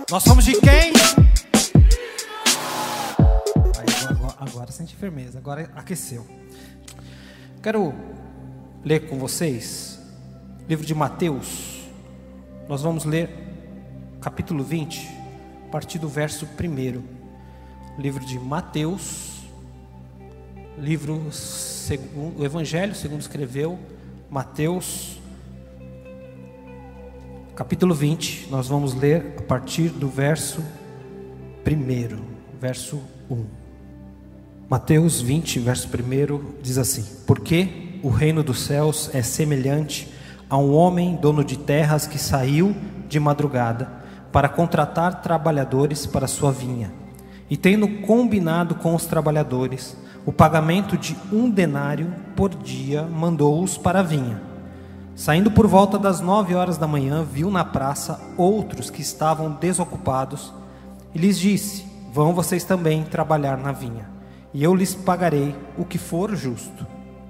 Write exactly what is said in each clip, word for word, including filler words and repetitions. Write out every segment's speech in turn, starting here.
Nós somos de quem? Aí, agora, agora sente firmeza, agora aqueceu. Quero ler com vocês livro de Mateus. Nós vamos ler capítulo vinte, a partir do verso primeiro. Livro de Mateus, livro segundo, o Evangelho segundo escreveu Mateus, capítulo vinte. Nós vamos ler a partir do verso primeiro, verso um. Mateus vinte, verso primeiro, diz assim: porque o reino dos céus é semelhante a um homem dono de terras que saiu de madrugada para contratar trabalhadores para sua vinha. E tendo combinado com os trabalhadores o pagamento de um denário por dia, mandou-os para a vinha. Saindo por volta das nove horas da manhã, viu na praça outros que estavam desocupados e lhes disse: vão vocês também trabalhar na vinha, e eu lhes pagarei o que for justo.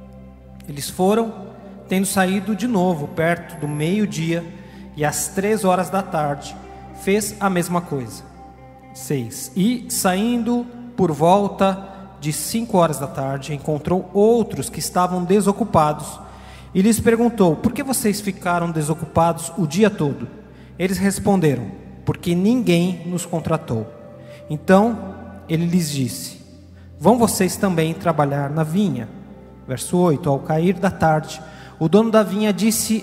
Eles foram, tendo saído de novo perto do meio-dia, e às três horas da tarde fez a mesma coisa. seis. E saindo por volta de cinco horas da tarde, encontrou outros que estavam desocupados e lhes perguntou: por que vocês ficaram desocupados o dia todo? Eles responderam: porque ninguém nos contratou. Então ele lhes disse: vão vocês também trabalhar na vinha. Verso oito. Ao cair da tarde, o dono da vinha disse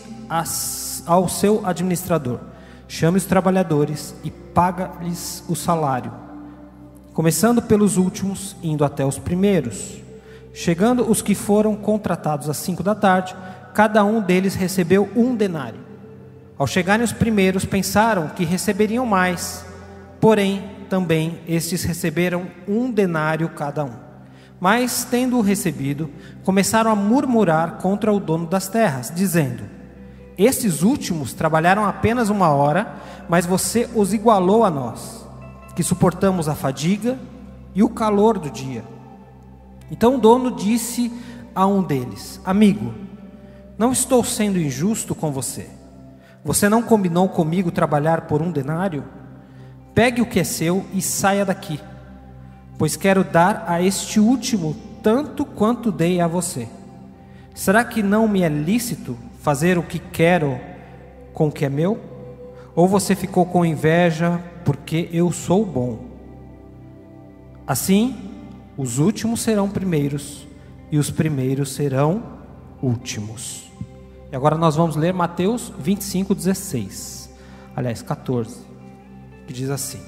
ao seu administrador: chame os trabalhadores e paga-lhes o salário, começando pelos últimos, indo até os primeiros. Chegando os que foram contratados às cinco da tarde, cada um deles recebeu um denário. Ao chegarem os primeiros, pensaram que receberiam mais, porém também estes receberam um denário cada um. Mas, tendo-o recebido, começaram a murmurar contra o dono das terras, dizendo: estes últimos trabalharam apenas uma hora, mas você os igualou a nós, que suportamos a fadiga e o calor do dia. Então o dono disse a um deles: amigo, não estou sendo injusto com você. Você não combinou comigo trabalhar por um denário? Pegue o que é seu e saia daqui, pois quero dar a este último tanto quanto dei a você. Será que não me é lícito fazer o que quero com o que é meu? Ou você ficou com inveja porque eu sou bom? Assim, os últimos serão primeiros e os primeiros serão últimos. E agora nós vamos ler Mateus vinte e cinco, dezesseis, aliás catorze, que diz assim: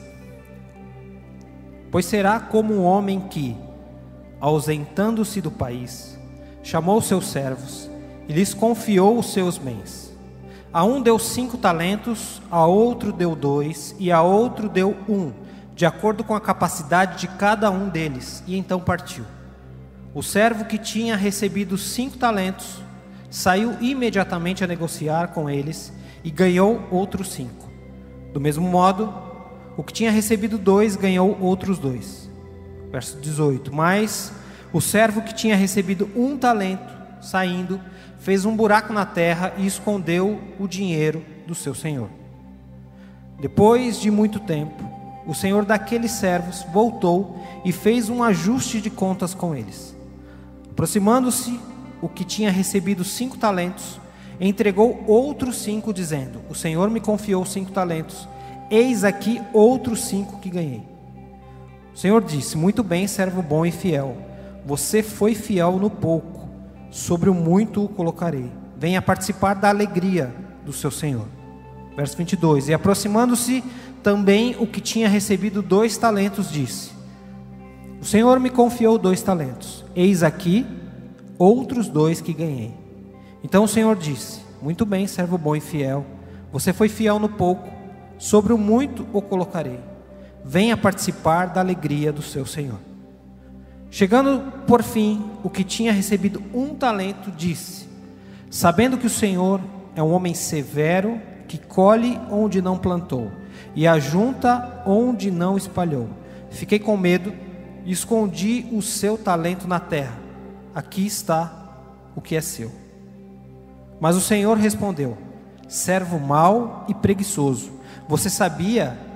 pois será como um homem que, ausentando-se do país, chamou seus servos e lhes confiou os seus bens. A um deu cinco talentos, a outro deu dois, e a outro deu um, de acordo com a capacidade de cada um deles, e então partiu. O servo que tinha recebido cinco talentos saiu imediatamente a negociar com eles e ganhou outros cinco. Do mesmo modo, o que tinha recebido dois ganhou outros dois. Verso dezoito. Mas o servo que tinha recebido um talento, saindo, fez um buraco na terra e escondeu o dinheiro do seu senhor. Depois de muito tempo, o senhor daqueles servos voltou e fez um ajuste de contas com eles. Aproximando-se, o que tinha recebido cinco talentos entregou outros cinco, dizendo: o senhor me confiou cinco talentos, eis aqui outros cinco que ganhei. O senhor disse: muito bem, servo bom e fiel, você foi fiel no pouco, sobre o muito o colocarei, venha participar da alegria do seu senhor. Verso vinte e dois. E aproximando-se também o que tinha recebido dois talentos, disse: o senhor me confiou dois talentos, eis aqui outros dois que ganhei. Então o senhor disse: muito bem, servo bom e fiel, você foi fiel no pouco, sobre o muito o colocarei, venha participar da alegria do seu senhor. Chegando por fim o que tinha recebido um talento, disse: sabendo que o senhor é um homem severo, que colhe onde não plantou e ajunta onde não espalhou, fiquei com medo e escondi o seu talento na terra. Aqui está o que é seu. Mas o Senhor respondeu: servo mau e preguiçoso, você sabia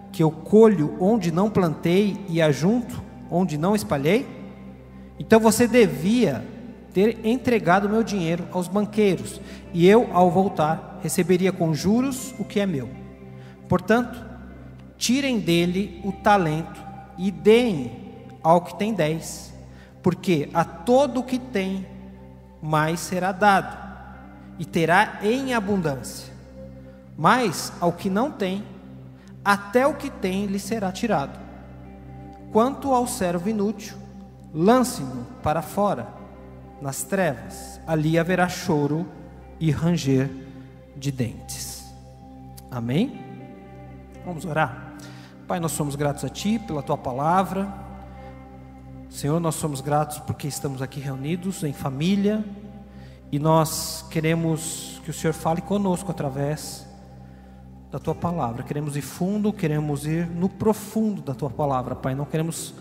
que eu colho onde não plantei e ajunto onde não espalhei? Então você devia ter entregado meu dinheiro aos banqueiros, e eu, ao voltar, receberia com juros o que é meu. Portanto, tirem dele o talento e deem ao que tem dez, porque a todo o que tem mais será dado, e terá em abundância. Mas ao que não tem, até o que tem lhe será tirado. Quanto ao servo inútil, lance-no para fora, nas trevas, ali haverá choro e ranger de dentes. Amém? Vamos orar? Pai, nós somos gratos a Ti pela Tua palavra. Senhor, nós somos gratos porque estamos aqui reunidos em família, e nós queremos que o Senhor fale conosco através da Tua palavra. Queremos ir fundo, queremos ir no profundo da Tua palavra, Pai. Não queremos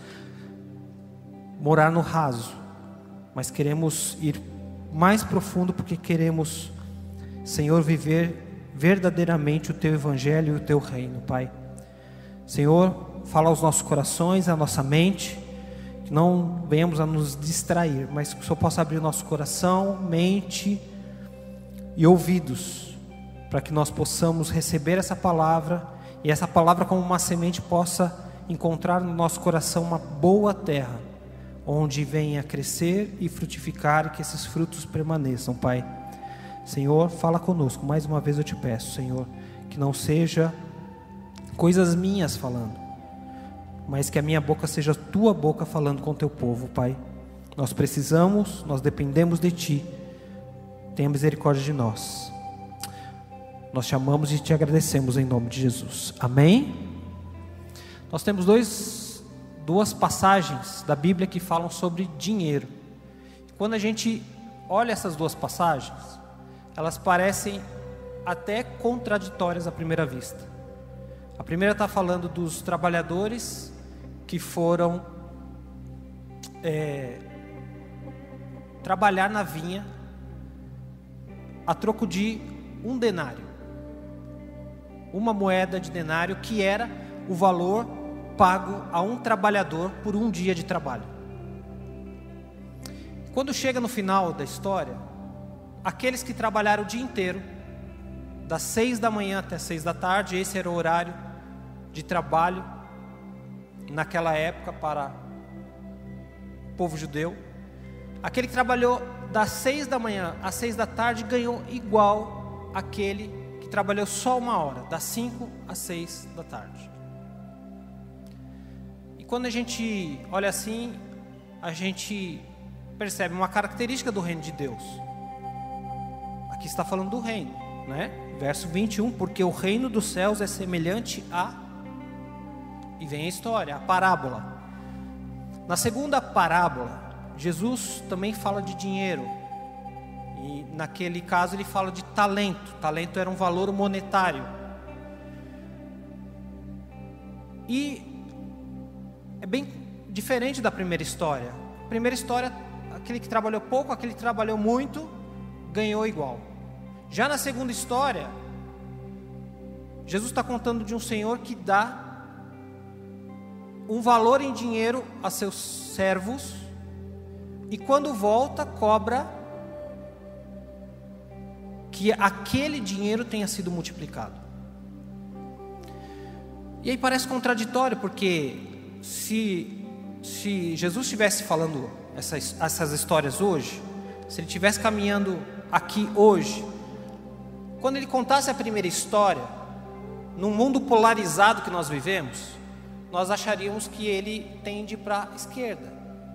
morar no raso, mas queremos ir mais profundo, porque queremos, Senhor, viver verdadeiramente o Teu Evangelho e o Teu Reino, Pai. Senhor, fala aos nossos corações, à nossa mente, que não venhamos a nos distrair, mas que o Senhor possa abrir o nosso coração, mente e ouvidos, para que nós possamos receber essa palavra, e essa palavra, como uma semente, possa encontrar no nosso coração uma boa terra, onde venha crescer e frutificar, e que esses frutos permaneçam, Pai. Senhor, fala conosco, mais uma vez eu te peço, Senhor, que não seja coisas minhas falando, mas que a minha boca seja a Tua boca falando com o Teu povo, Pai. Nós precisamos, nós dependemos de Ti. Tenha misericórdia de nós. Nós te amamos e te agradecemos em nome de Jesus. Amém? Nós temos dois, duas passagens da Bíblia que falam sobre dinheiro. Quando a gente olha essas duas passagens, elas parecem até contraditórias à primeira vista. A primeira está falando dos trabalhadores que foram é, trabalhar na vinha a troco de um denário, uma moeda de denário, que era o valor pago a um trabalhador por um dia de trabalho. Quando chega no final da história, aqueles que trabalharam o dia inteiro, das seis da manhã até seis da tarde, esse era o horário de trabalho naquela época para o povo judeu. Aquele que trabalhou das seis da manhã às seis da tarde ganhou igual aquele que trabalhou só uma hora, das cinco às seis da tarde. E quando a gente olha assim, a gente percebe uma característica do reino de Deus. Aqui está falando do reino, né? Verso vinte e um, porque o reino dos céus é semelhante a... E vem a história, a parábola. Na segunda parábola, Jesus também fala de dinheiro. E naquele caso ele fala de talento. Talento era um valor monetário. E é bem diferente da primeira história. A primeira história, aquele que trabalhou pouco, aquele que trabalhou muito, ganhou igual. Já na segunda história, Jesus está contando de um Senhor que dá um valor em dinheiro a seus servos, e quando volta, cobra que aquele dinheiro tenha sido multiplicado. E aí parece contraditório, porque se, se Jesus estivesse falando essas, essas histórias hoje, se ele estivesse caminhando aqui hoje, quando ele contasse a primeira história, num mundo polarizado que nós vivemos, nós acharíamos que ele tende para a esquerda.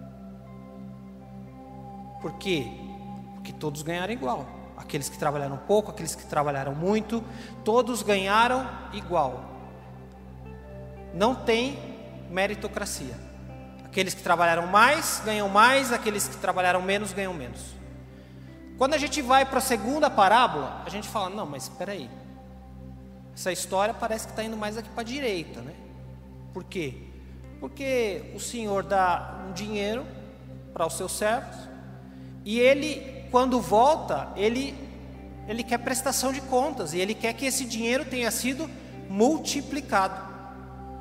Por quê? Porque todos ganharam igual. Aqueles que trabalharam pouco, aqueles que trabalharam muito, todos ganharam igual. Não tem meritocracia. Aqueles que trabalharam mais, ganham mais, aqueles que trabalharam menos, ganham menos. Quando a gente vai para a segunda parábola, a gente fala, não, mas espera aí, essa história parece que está indo mais aqui para a direita, né? Por quê? Porque o Senhor dá um dinheiro para os seus servos, e ele, quando volta, ele, ele quer prestação de contas, e ele quer que esse dinheiro tenha sido multiplicado.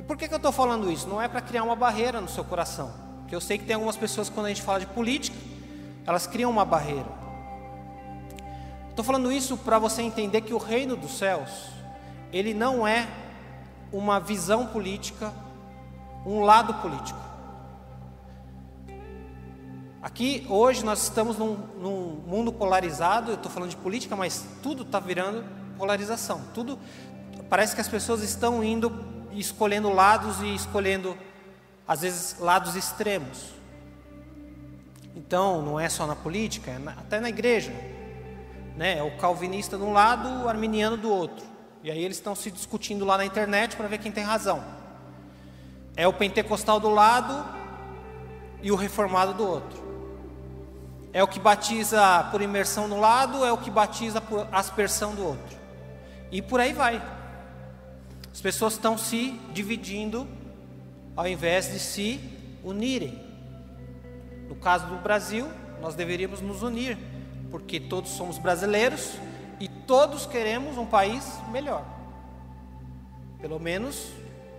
por que que eu estou falando isso? Não é para criar uma barreira no seu coração, porque eu sei que tem algumas pessoas, quando a gente fala de política, elas criam uma barreira. Estou falando isso para você entender que o reino dos céus, ele não é uma visão política, um lado político. Aqui hoje nós estamos num, num mundo polarizado. Eu estou falando de política, mas tudo está virando polarização. Tudo parece que as pessoas estão indo e escolhendo lados e escolhendo às vezes lados extremos. Então não é só na política, é na, até na igreja, né? É o calvinista de um lado, o arminiano do outro. E aí eles estão se discutindo lá na internet para ver quem tem razão. É o pentecostal do lado e o reformado do outro. É o que batiza por imersão no lado, é o que batiza por aspersão do outro. E por aí vai. As pessoas estão se dividindo ao invés de se unirem. No caso do Brasil, nós deveríamos nos unir, porque todos somos brasileiros e todos queremos um país melhor. Pelo menos,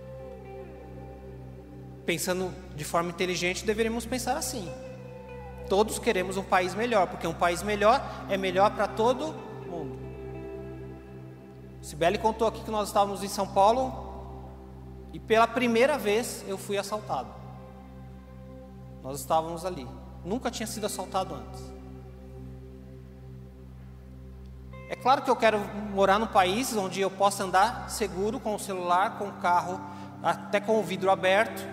pensando de forma inteligente, deveríamos pensar assim. Todos queremos um país melhor, porque um país melhor é melhor para todo mundo. Sibeli contou aqui que nós estávamos em São Paulo e pela primeira vez eu fui assaltado. Nós estávamos ali. Nunca tinha sido assaltado antes. É claro que eu quero morar num país onde eu possa andar seguro com o celular, com o carro, até com o vidro aberto,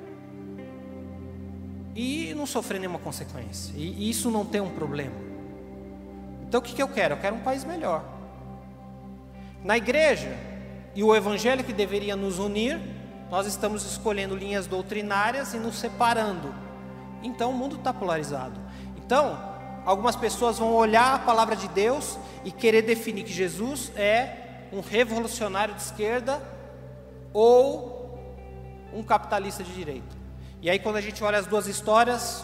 e não sofrer nenhuma consequência, e isso não tem um problema. Então o que que eu quero? Eu quero um país melhor. Na igreja, e o evangelho que deveria nos unir, nós estamos escolhendo linhas doutrinárias e nos separando. Então o mundo está polarizado. Então, algumas pessoas vão olhar a palavra de Deus e querer definir que Jesus é um revolucionário de esquerda ou um capitalista de direita. E aí quando a gente olha as duas histórias,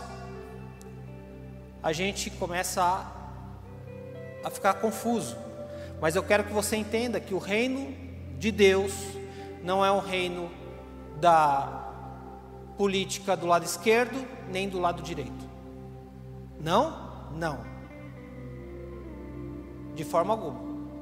a gente começa a, a ficar confuso. Mas eu quero que você entenda que o reino de Deus não é um reino da política do lado esquerdo, nem do lado direito. Não? Não. De forma alguma.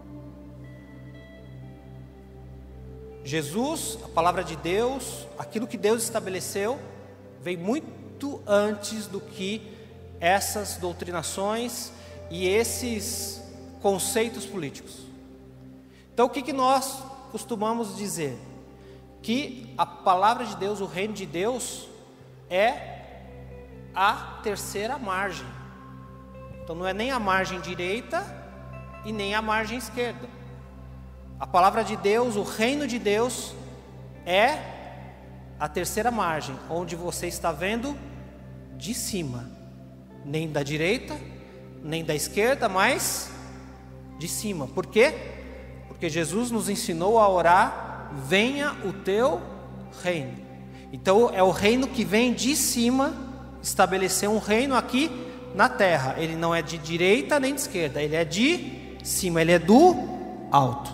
Jesus, a palavra de Deus, aquilo que Deus estabeleceu, veio muito antes do que essas doutrinações e esses conceitos políticos. Então o que que nós costumamos dizer? Que a palavra de Deus, o reino de Deus, é a terceira margem. Então não é nem a margem direita e nem a margem esquerda. A palavra de Deus, o reino de Deus, é a terceira margem, onde você está vendo de cima, nem da direita, nem da esquerda, mas de cima. Por quê? Porque Jesus nos ensinou a orar: venha o teu reino. Então é o reino que vem de cima, estabelecer um reino aqui na terra. Ele não é de direita nem de esquerda, ele é de cima, ele é do alto.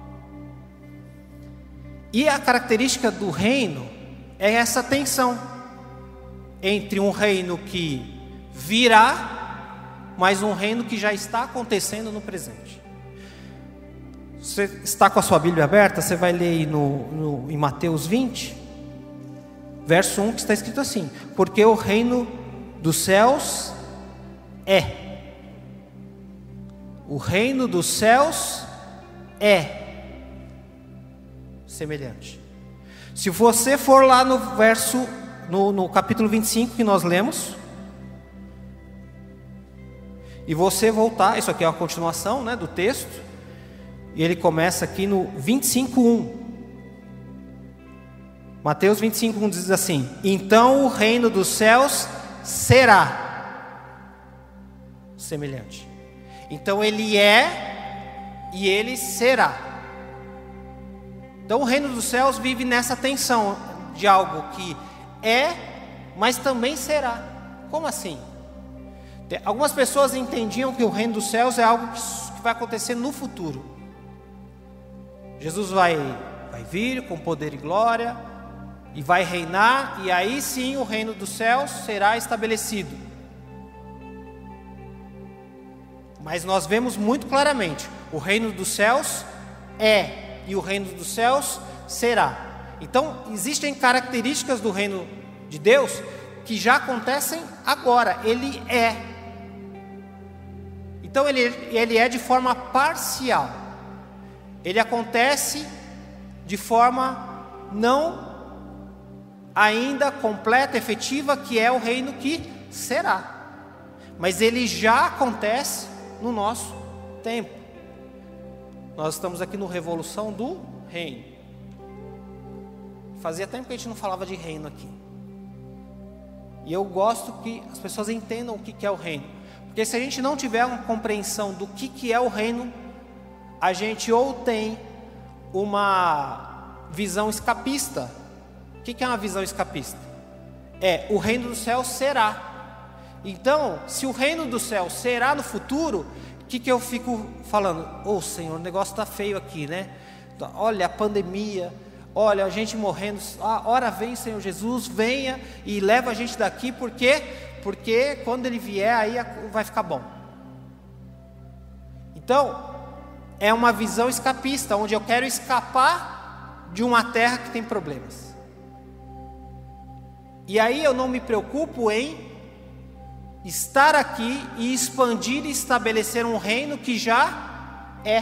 E a característica do reino é essa tensão entre um reino que virá, mas um reino que já está acontecendo no presente. Você está com a sua Bíblia aberta? Você vai ler aí no, no, em Mateus vinte, verso um, que está escrito assim: porque o reino dos céus é. O reino dos céus é semelhante. Se você for lá no verso, no, no capítulo vinte e cinco que nós lemos, e você voltar, isso aqui é uma continuação, né, do texto, e ele começa aqui no vinte e cinco, um. Mateus vinte e cinco, um diz assim: então o reino dos céus será semelhante. Então ele é e ele será. Então o reino dos céus vive nessa tensão de algo que é, mas também será. Como assim? Algumas pessoas entendiam que o reino dos céus é algo que vai acontecer no futuro. Jesus vai, vai vir com poder e glória, e vai reinar, e aí sim o reino dos céus será estabelecido. Mas nós vemos muito claramente, o reino dos céus é, e o reino dos céus será. Então, existem características do reino de Deus que já acontecem agora, ele é. Então, ele, ele é de forma parcial. Ele acontece de forma não ainda completa, efetiva, que é o reino que será. Mas ele já acontece no nosso tempo. Nós estamos aqui no Revolução do Reino. Fazia tempo que a gente não falava de reino aqui. E eu gosto que as pessoas entendam o que é o reino. Porque se a gente não tiver uma compreensão do que é o reino, a gente ou tem uma visão escapista. O que é uma visão escapista? É, o reino do céu será. Então, se o reino do céu será no futuro, o que, que eu fico falando? Ô Senhor, o negócio está feio aqui, né? Olha a pandemia, olha a gente morrendo. Ah, ora vem Senhor Jesus, venha e leva a gente daqui. Por quê? Porque quando Ele vier, aí vai ficar bom. Então, é uma visão escapista, onde eu quero escapar de uma terra que tem problemas. E aí eu não me preocupo em estar aqui e expandir e estabelecer um reino que já é.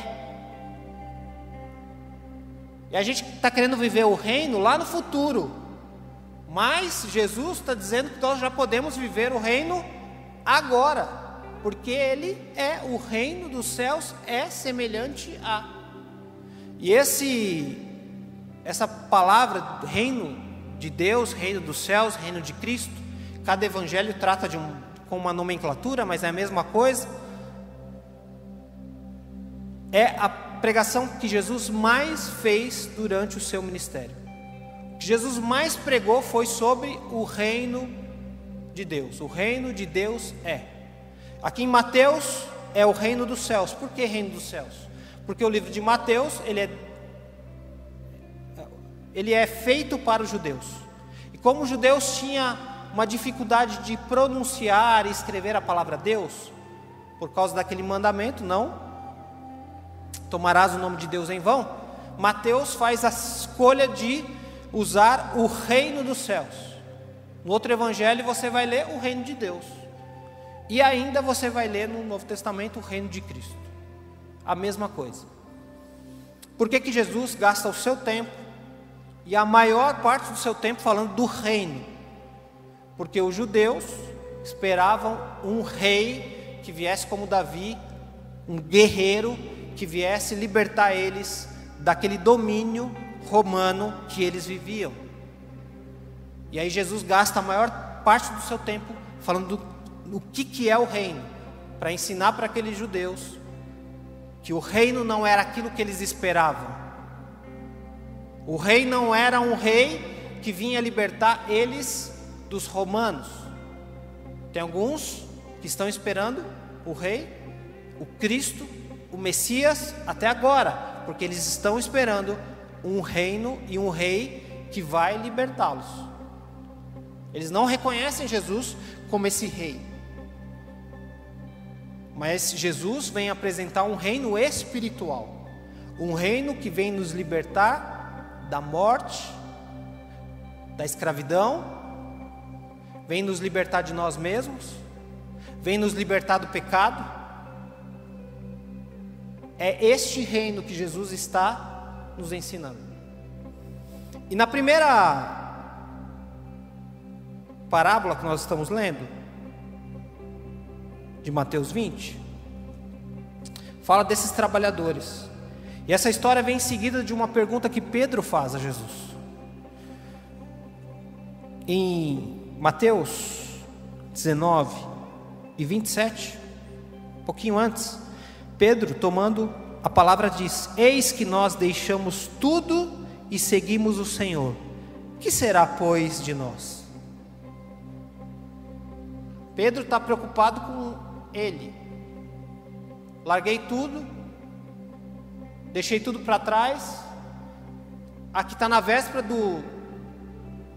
E a gente está querendo viver o reino lá no futuro. Mas Jesus está dizendo que nós já podemos viver o reino agora. Porque Ele é, o reino dos céus é semelhante a. E esse, essa palavra, reino de Deus, reino dos céus, reino de Cristo, cada evangelho trata de um, com uma nomenclatura, mas é a mesma coisa. É a pregação que Jesus mais fez durante o seu ministério. O que Jesus mais pregou foi sobre o reino de Deus. O reino de Deus é. Aqui em Mateus é o reino dos céus. Por que reino dos céus? Porque o livro de Mateus, ele é, ele é feito para os judeus. E como os judeus tinham uma dificuldade de pronunciar e escrever a palavra Deus, por causa daquele mandamento, não tomarás o nome de Deus em vão, Mateus faz a escolha de usar o reino dos céus. No outro evangelho você vai ler o reino de Deus. E ainda você vai ler no Novo Testamento o reino de Cristo. A mesma coisa. Por que que Jesus gasta o seu tempo e a maior parte do seu tempo falando do reino? Porque os judeus esperavam um rei que viesse como Davi, um guerreiro que viesse libertar eles daquele domínio romano que eles viviam. E aí Jesus gasta a maior parte do seu tempo falando do o que, que é o reino, para ensinar para aqueles judeus que o reino não era aquilo que eles esperavam. O rei não era um rei que vinha libertar eles dos romanos. Tem alguns que estão esperando o rei, o Cristo, o Messias até agora, porque eles estão esperando um reino e um rei que vai libertá-los. Eles não reconhecem Jesus como esse rei. Mas Jesus vem apresentar um reino espiritual, um reino que vem nos libertar da morte, da escravidão, vem nos libertar de nós mesmos, vem nos libertar do pecado. É este reino que Jesus está nos ensinando. E na primeira parábola que nós estamos lendo, de Mateus vinte, fala desses trabalhadores. E essa história vem em seguida de uma pergunta que Pedro faz a Jesus. Em Mateus dezenove e vinte e sete, um pouquinho antes, Pedro, tomando a palavra, diz: eis que nós deixamos tudo e seguimos o Senhor. Que será, pois, de nós? Pedro está preocupado com ele. Larguei tudo, deixei tudo para trás. Aqui está na véspera do,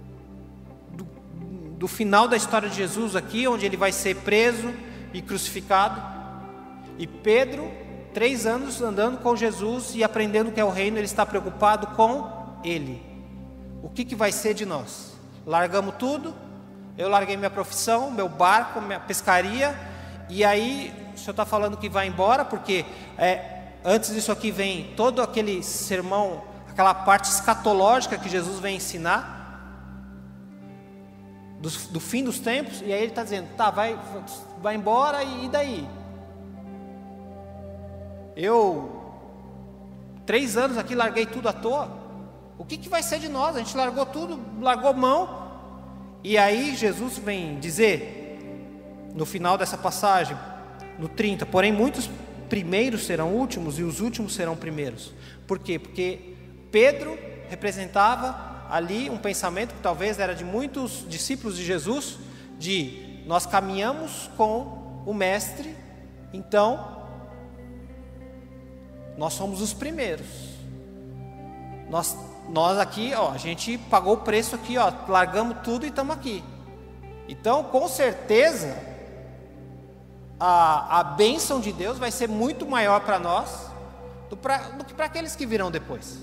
do final da história de Jesus aqui, onde ele vai ser preso e crucificado. E Pedro, três anos andando com Jesus e aprendendo o que é o reino, ele está preocupado com ele. O que, que vai ser de nós? Largamos tudo, eu larguei minha profissão, meu barco, minha pescaria, e aí o Senhor está falando que vai embora, porque é, antes disso aqui vem todo aquele sermão, aquela parte escatológica que Jesus vem ensinar, do, do fim dos tempos, e aí ele está dizendo, tá, vai, vai embora, e daí? Eu, três anos aqui, larguei tudo à toa, o que, que vai ser de nós? A gente largou tudo, largou mão, e aí Jesus vem dizer, no final dessa passagem, no trinta, porém muitos primeiros serão últimos, e os últimos serão primeiros. Por quê? Porque Pedro representava ali um pensamento que talvez era de muitos discípulos de Jesus, de nós caminhamos com o Mestre, então nós somos os primeiros. Nós, nós aqui, ó, a gente pagou o preço aqui, ó, largamos tudo e estamos aqui. Então, com certeza, a, a bênção de Deus vai ser muito maior para nós do, pra, do que para aqueles que virão depois.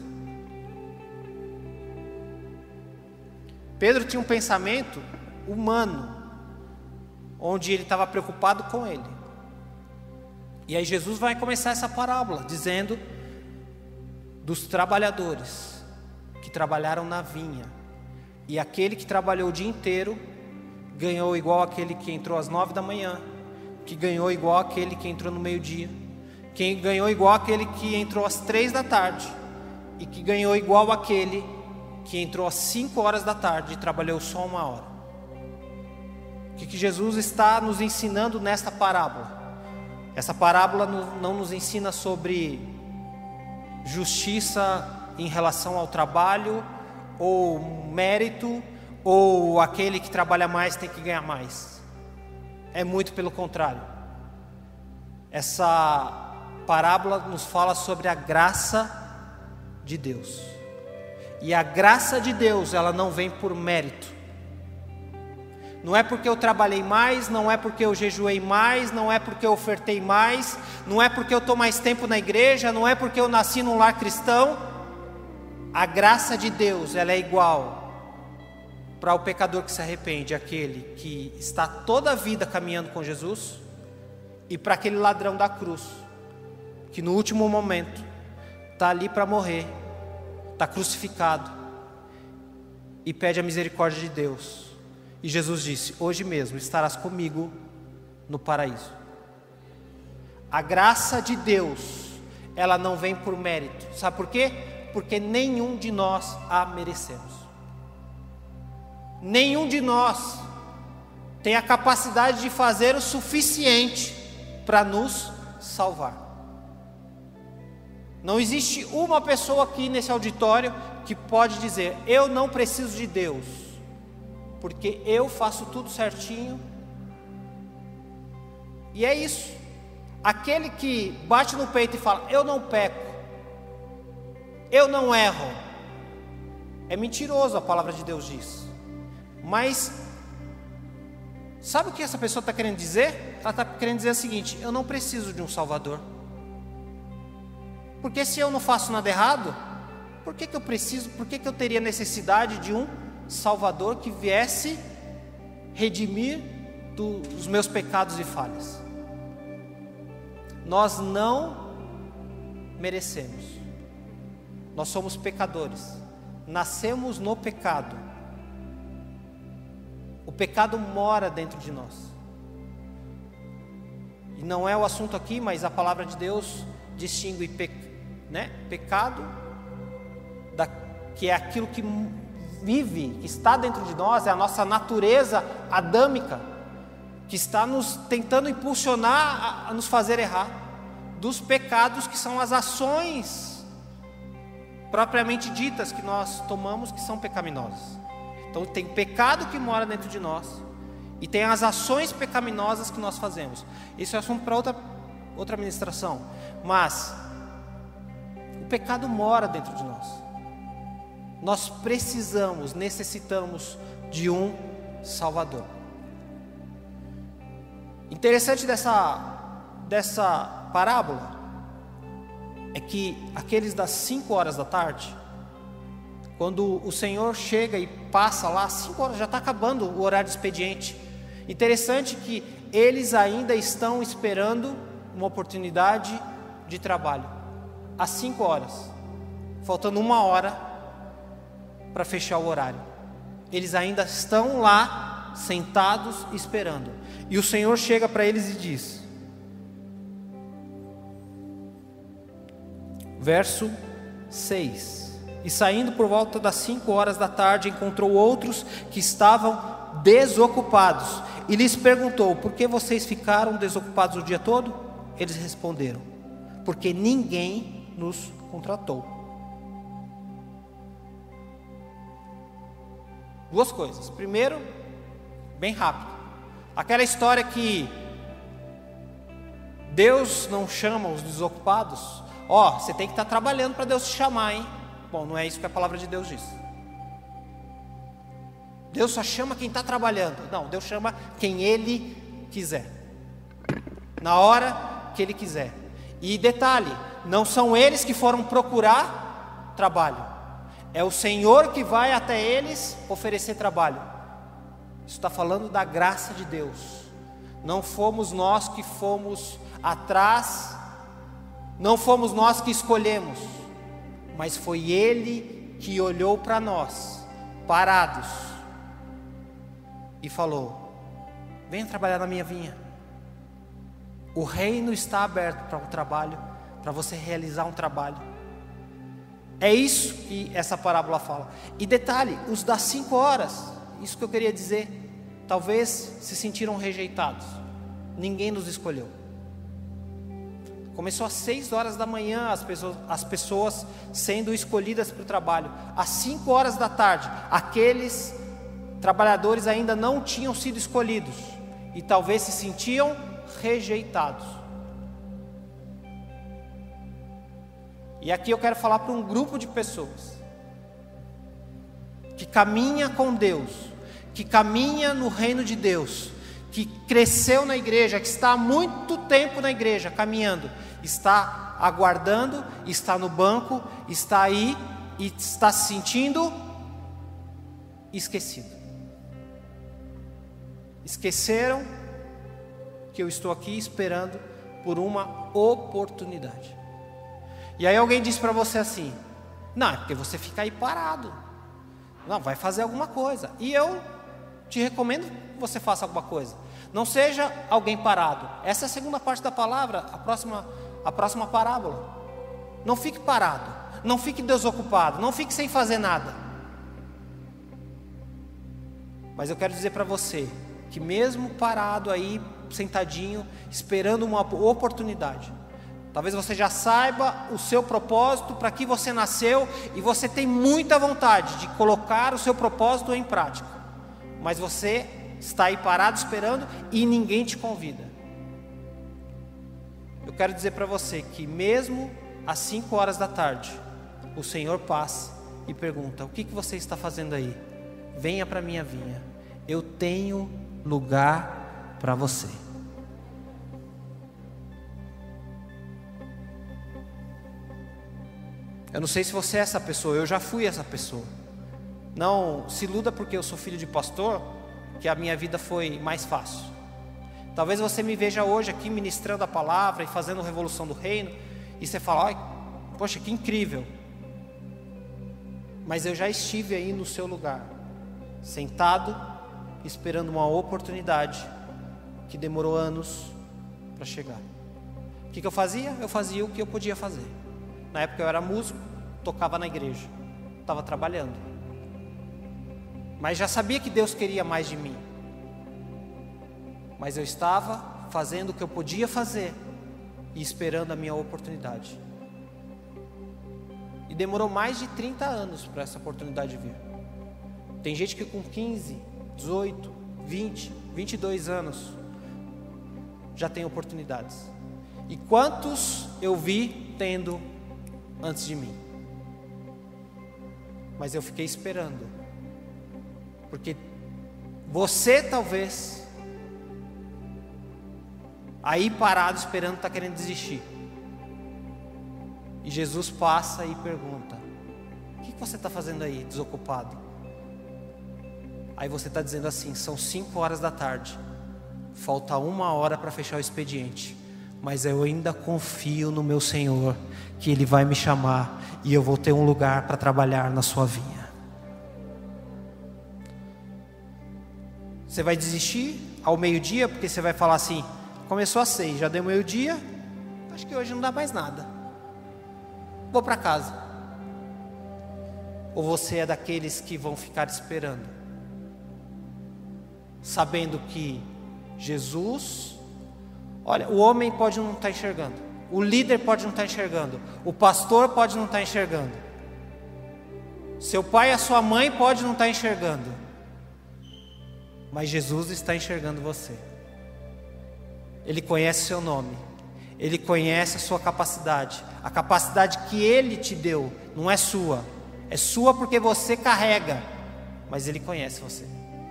Pedro tinha um pensamento humano, onde ele estava preocupado com ele. E aí Jesus vai começar essa parábola, dizendo dos trabalhadores que trabalharam na vinha. E aquele que trabalhou o dia inteiro, ganhou igual aquele que entrou às nove da manhã, que ganhou igual aquele que entrou no meio-dia, que ganhou igual aquele que entrou às três da tarde, e que ganhou igual aquele que entrou às cinco horas da tarde e trabalhou só uma hora. O que, que Jesus está nos ensinando nesta parábola? Essa parábola não nos ensina sobre justiça em relação ao trabalho, ou mérito, ou aquele que trabalha mais tem que ganhar mais. É muito pelo contrário. Essa parábola nos fala sobre a graça de Deus. E a graça de Deus, ela não vem por mérito. Não é porque eu trabalhei mais, não é porque eu jejuei mais, não é porque eu ofertei mais, não é porque eu estou mais tempo na igreja, não é porque eu nasci num lar cristão. A graça de Deus, ela é igual para o pecador que se arrepende, aquele que está toda a vida caminhando com Jesus, e para aquele ladrão da cruz, que no último momento está ali para morrer, está crucificado e pede a misericórdia de Deus. E Jesus disse: hoje mesmo estarás comigo no paraíso. A graça de Deus, ela não vem por mérito. Sabe por quê? Porque nenhum de nós a merecemos. Nenhum de nós tem a capacidade de fazer o suficiente para nos salvar. Não existe uma pessoa aqui nesse auditório que pode dizer: eu não preciso de Deus, porque eu faço tudo certinho. E é isso. Aquele que bate no peito e fala: eu não peco, eu não erro, é mentiroso, a palavra de Deus diz. Mas sabe o que essa pessoa está querendo dizer? Ela está querendo dizer o seguinte: eu não preciso de um Salvador, porque se eu não faço nada errado, por que que eu preciso, por que que eu teria necessidade de um Salvador que viesse redimir dos meus pecados e falhas? Nós não merecemos. Nós somos pecadores, nascemos no pecado. O pecado mora dentro de nós. E não é o assunto aqui, mas a palavra de Deus distingue pe, né, pecado, da, que é aquilo que vive, que está dentro de nós, é a nossa natureza adâmica, que está nos tentando impulsionar a, a nos fazer errar, dos pecados que são as ações propriamente ditas que nós tomamos, que são pecaminosas. Então tem pecado que mora dentro de nós, e tem as ações pecaminosas que nós fazemos. Isso é assunto para outra, outra ministração. Mas o pecado mora dentro de nós. Nós precisamos, necessitamos de um Salvador. Interessante dessa, dessa parábola é que aqueles das cinco horas da tarde, quando o Senhor chega e passa lá, cinco horas, já está acabando o horário de expediente. Interessante que eles ainda estão esperando uma oportunidade de trabalho. Às cinco horas, faltando uma hora para fechar o horário. Eles ainda estão lá, sentados, esperando. E o Senhor chega para eles e diz, verso seis: e saindo por volta das cinco horas da tarde, encontrou outros que estavam desocupados, e lhes perguntou: por que vocês ficaram desocupados o dia todo? Eles responderam: porque ninguém nos contratou. Duas coisas. Primeiro, bem rápido, aquela história que Deus não chama os desocupados. Ó, oh, você tem que estar trabalhando para Deus te chamar, hein? Bom, não é isso que a palavra de Deus diz. Deus só chama quem está trabalhando. Não, Deus chama quem Ele quiser, na hora que Ele quiser. E detalhe, não são eles que foram procurar trabalho, é o Senhor que vai até eles oferecer trabalho. Isso está falando da graça de Deus. Não fomos nós que fomos atrás, não fomos nós que escolhemos, mas foi Ele que olhou para nós, parados, e falou: venha trabalhar na minha vinha. O reino está aberto para um trabalho, para você realizar um trabalho. É isso que essa parábola fala. E detalhe, os das cinco horas, isso que eu queria dizer, talvez se sentiram rejeitados. Ninguém nos escolheu. Começou às seis horas da manhã, as pessoas, as pessoas sendo escolhidas para o trabalho. Às cinco horas da tarde, aqueles trabalhadores ainda não tinham sido escolhidos, e talvez se sentiam rejeitados. E aqui eu quero falar para um grupo de pessoas que caminha com Deus, que caminha no reino de Deus, que cresceu na igreja, que está há muito tempo na igreja caminhando, está aguardando, está no banco, está aí e está se sentindo esquecido. Esqueceram que eu estou aqui esperando por uma oportunidade. E aí alguém diz para você assim: não, é porque você fica aí parado, não, vai fazer alguma coisa. E eu te recomendo que você faça alguma coisa. Não seja alguém parado. Essa é a segunda parte da palavra, a próxima, a próxima parábola. Não fique parado, não fique desocupado, não fique sem fazer nada. Mas eu quero dizer para você que mesmo parado aí, sentadinho, esperando uma oportunidade, talvez você já saiba o seu propósito, para que você nasceu, e você tem muita vontade de colocar o seu propósito em prática, mas você está aí parado esperando e ninguém te convida. Eu quero dizer para você que mesmo às cinco horas da tarde, o Senhor passa e pergunta: o que, que você está fazendo aí? Venha para a minha vinha, eu tenho lugar para você. Eu não sei se você é essa pessoa, eu já fui essa pessoa. Não se iluda porque eu sou filho de pastor, que a minha vida foi mais fácil. Talvez você me veja hoje aqui ministrando a palavra e fazendo revolução do reino, e você fala: ai, poxa, que incrível. Mas eu já estive aí no seu lugar, sentado, esperando uma oportunidade que demorou anos para chegar. O que, que eu fazia? Eu fazia o que eu podia fazer. Na época eu era músico, tocava na igreja, estava trabalhando, mas já sabia que Deus queria mais de mim. Mas eu estava fazendo o que eu podia fazer e esperando a minha oportunidade. E demorou mais de trinta anos para essa oportunidade vir. Tem gente que com quinze, dezoito, vinte, vinte e dois anos já tem oportunidades. E quantos eu vi tendo antes de mim? Mas eu fiquei esperando, porque Você talvez, aí parado esperando, está querendo desistir. E Jesus passa e pergunta: o que você está fazendo aí, desocupado? Aí você está dizendo assim: são cinco horas da tarde, falta uma hora para fechar o expediente, mas eu ainda confio no meu Senhor, que Ele vai me chamar e eu vou ter um lugar para trabalhar na sua vinha. Você vai desistir ao meio-dia, porque você vai falar assim: começou às seis, já deu meio-dia, acho que hoje não dá mais nada, vou para casa. Ou você é daqueles que vão ficar esperando, sabendo que Jesus, olha, o homem pode não estar enxergando, o líder pode não estar enxergando, o pastor pode não estar enxergando, seu pai e a sua mãe pode não estar enxergando, mas Jesus está enxergando você. Ele conhece seu nome, Ele conhece a sua capacidade, a capacidade que Ele te deu, não é sua, é sua porque você carrega, mas Ele conhece você.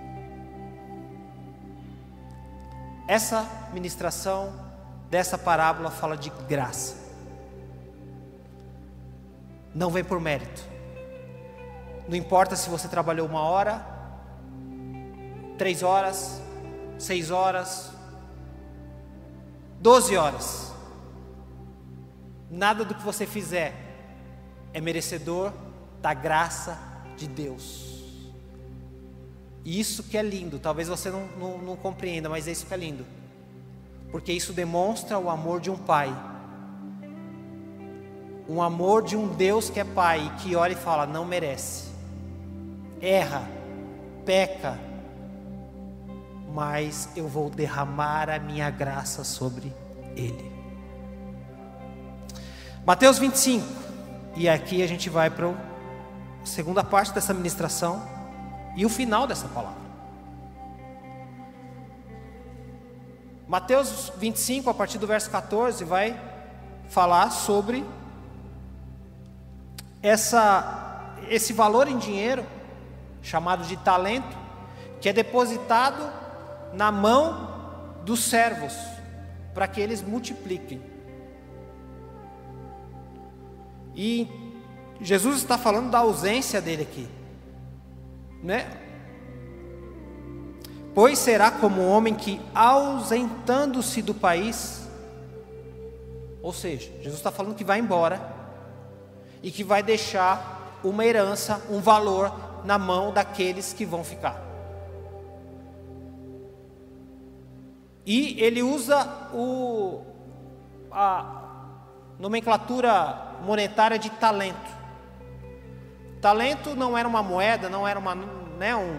Essa ministração dessa parábola fala de graça. Não vem por mérito. Não importa se você trabalhou uma hora, três horas, seis horas, doze horas. Nada do que você fizer é merecedor da graça de Deus. E isso que é lindo, talvez você não, não, não compreenda, mas é isso que é lindo, porque isso demonstra o amor de um pai, um amor de um Deus que é pai, que olha e fala: não merece, erra, peca, mas eu vou derramar a minha graça sobre ele. Mateus vinte e cinco, e aqui a gente vai para a segunda parte dessa ministração e o final dessa palavra. Mateus vinte e cinco, a partir do verso catorze, vai falar sobre essa, esse valor em dinheiro, chamado de talento, que é depositado na mão dos servos, para que eles multipliquem. E Jesus está falando da ausência dele aqui, né? Pois será como um homem que, ausentando-se do país, ou seja, Jesus está falando que vai embora e que vai deixar uma herança, um valor na mão daqueles que vão ficar. E ele usa o, a nomenclatura monetária de talento. Talento não era uma moeda, não era uma, né, um,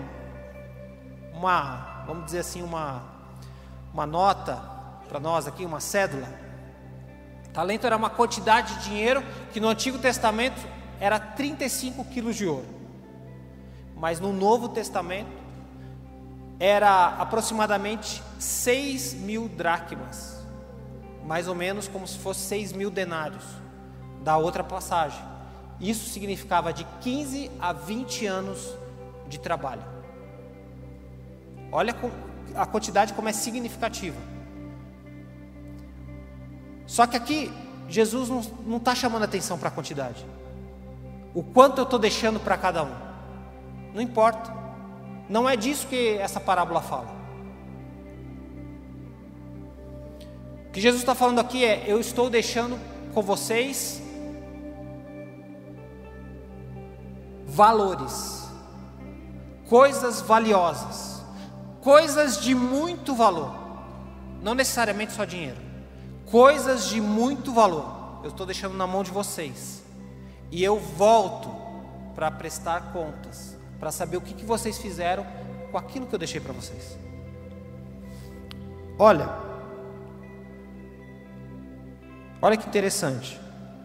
uma, vamos dizer assim, uma, uma nota para nós aqui, uma cédula. Talento era uma quantidade de dinheiro que no Antigo Testamento era trinta e cinco quilos de ouro, mas no Novo Testamento era aproximadamente seis mil dracmas, mais ou menos como se fosse seis mil denários da outra passagem. Isso significava de quinze a vinte anos de trabalho. Olha a quantidade como é significativa. Só que aqui Jesus não está chamando atenção para a quantidade. O quanto eu estou deixando para cada um, não importa. Não é disso que essa parábola fala. O que Jesus está falando aqui é: eu estou deixando com vocês valores, coisas valiosas, coisas de muito valor, não necessariamente só dinheiro, coisas de muito valor, eu estou deixando na mão de vocês, e eu volto para prestar contas, para saber o que, que vocês fizeram com aquilo que eu deixei para vocês. Olha, olha que interessante,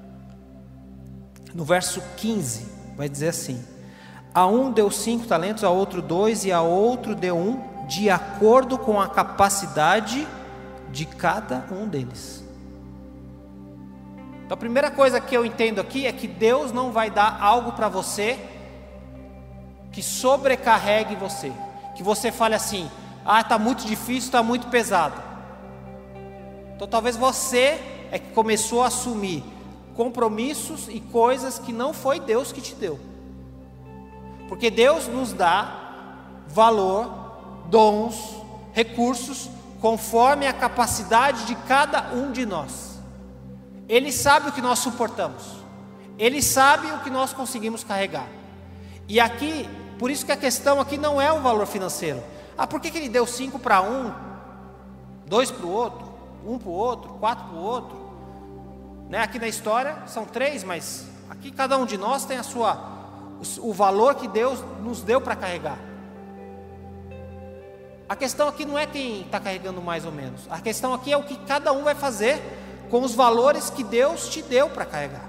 no verso quinze, vai dizer assim: a um deu cinco talentos, a outro dois, e a outro deu um, de acordo com a capacidade de cada um deles. Então a primeira coisa que eu entendo aqui é que Deus não vai dar algo para você que sobrecarregue você, que você fale assim: ah, está muito difícil, está muito pesado. Então talvez você é que começou a assumir compromissos e coisas que não foi Deus que te deu. Porque Deus nos dá valor, dons, recursos, conforme a capacidade de cada um de nós. Ele sabe o que nós suportamos. Ele sabe o que nós conseguimos carregar. E aqui, por isso que a questão aqui não é o valor financeiro. Ah, por que que ele deu cinco para um, dois para o outro, um para o outro, quatro para o outro? Né? Aqui na história são três, mas aqui cada um de nós tem a sua, o, o valor que Deus nos deu para carregar. A questão aqui não é quem está carregando mais ou menos. A questão aqui é o que cada um vai fazer com os valores que Deus te deu para carregar.